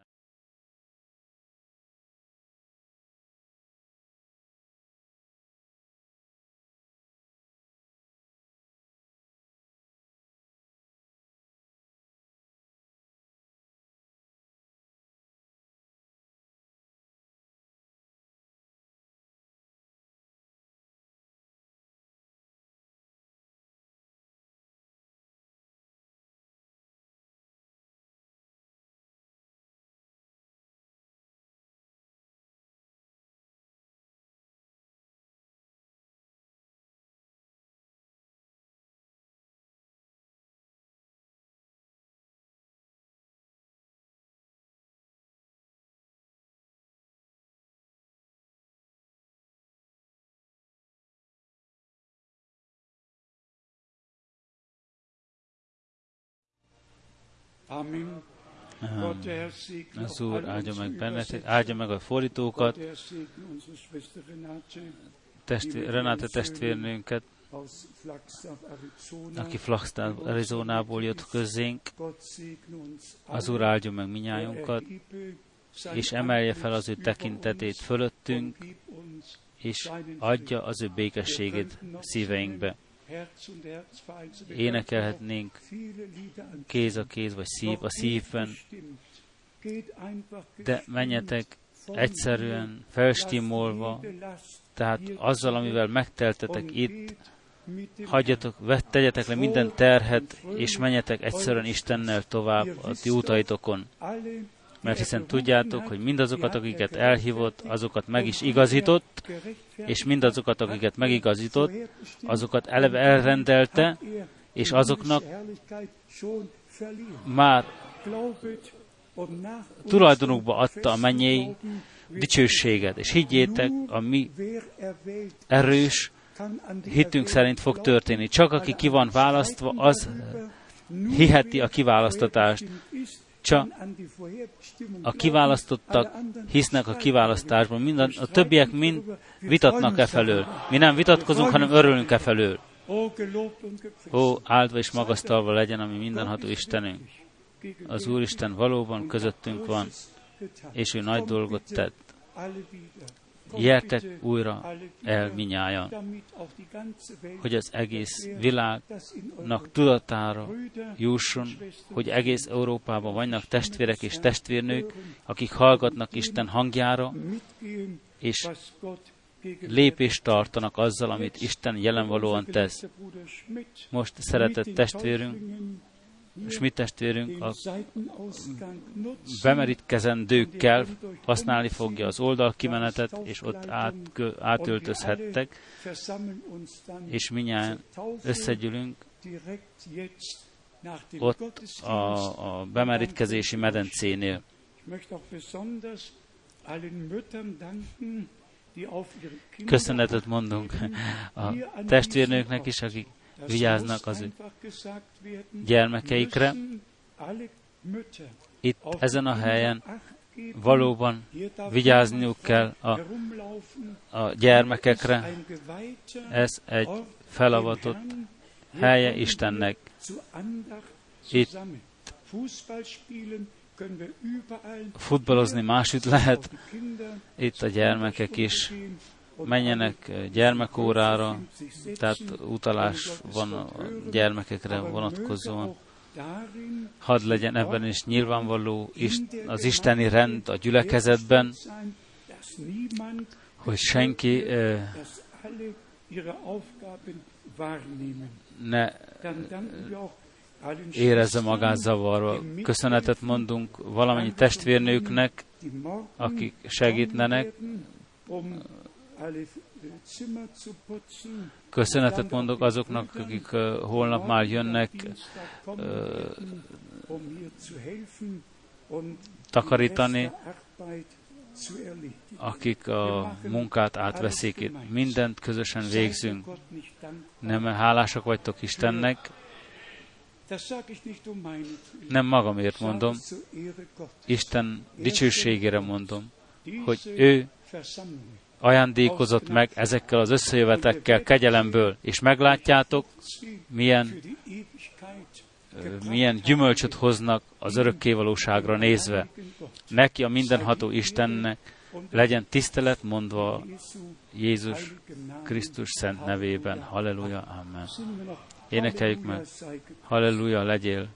Amen. Az Úr áldja meg benneteket, áldja meg a fordítókat, Renáte testvérnőnket, aki Flagstaff, Arizonából jött közénk. Az Úr áldjon meg minnyájunkat, és emelje fel az ő tekintetét fölöttünk, és adja az ő békességét szíveinkbe. Énekelhetnénk kéz a kéz, vagy szív a szívben, de menjetek egyszerűen, felstimolva, tehát azzal, amivel megteltetek itt, tegyetek le minden terhet, és menjetek egyszerűen Istennel tovább a ti útaitokon. Mert hiszen tudjátok, hogy mindazokat, akiket elhívott, azokat meg is igazított, és mindazokat, akiket megigazított, azokat eleve elrendelte, és azoknak már tulajdonukba adta a mennyei dicsőséget. És higgyétek, a mi erős hitünk szerint fog történni. Csak aki ki van választva, az hiheti a kiválasztatást. Csak a kiválasztottak hisznek a kiválasztásban. A többiek mind vitatnak e felől. Mi nem vitatkozunk, hanem örülünk e felől. Ó, áldva és magasztalva legyen a mi mindenható Istenünk. Az Úristen valóban közöttünk van, és ő nagy dolgot tett. Gyertek újra el minnyájan, hogy az egész világnak tudatára jusson, hogy egész Európában vannak testvérek és testvérnők, akik hallgatnak Isten hangjára, és lépést tartanak azzal, amit Isten jelenvalóan tesz. Most szeretett testvérünk, Schmidt testvérünk a bemerítkezendőkkel használni fogja az oldalkimenetet, és ott átöltözhettek, és mindjárt összegyűlünk ott a bemerítkezési medencénél. Köszönetet mondunk a testvérnőknek is, akik vigyáznak az ő gyermekeikre. Itt ezen a helyen valóban vigyázniuk kell a gyermekekre. Ez egy felavatott helye Istennek. Itt futballozni másütt lehet, itt a gyermekek is menjenek gyermekórára, tehát utalás van a gyermekekre vonatkozóan. Hadd legyen ebben is nyilvánvaló az isteni rend a gyülekezetben, hogy senki ne érezze magát zavarva. Köszönetet mondunk valamennyi testvérnőknek, akik segítenek. Köszönetet mondok azoknak, akik holnap már jönnek takarítani, akik a munkát átveszik itt. Mindent közösen végzünk. Nem hálásak vagytok Istennek, nem magamért mondom, Isten dicsőségére mondom, hogy ő ajándékozott meg ezekkel az összejövetekkel kegyelemből, és meglátjátok, milyen gyümölcsöt hoznak az örökkévalóságra nézve. Neki a mindenható Istennek legyen tisztelet mondva Jézus Krisztus szent nevében. Halleluja, amen. Énekeljük meg. Halleluja, legyél.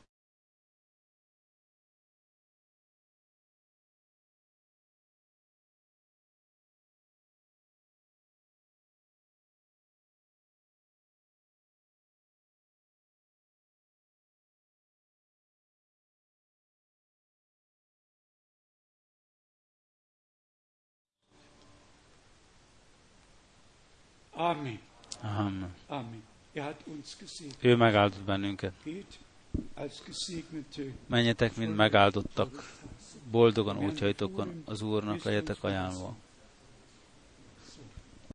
Amen. Amen. Amen. Hat uns gesegnet. Ő megáldott bennünket. Menjetek, mint megáldottak, boldogan útjaitokon, az Úrnak legyetek ajánlva.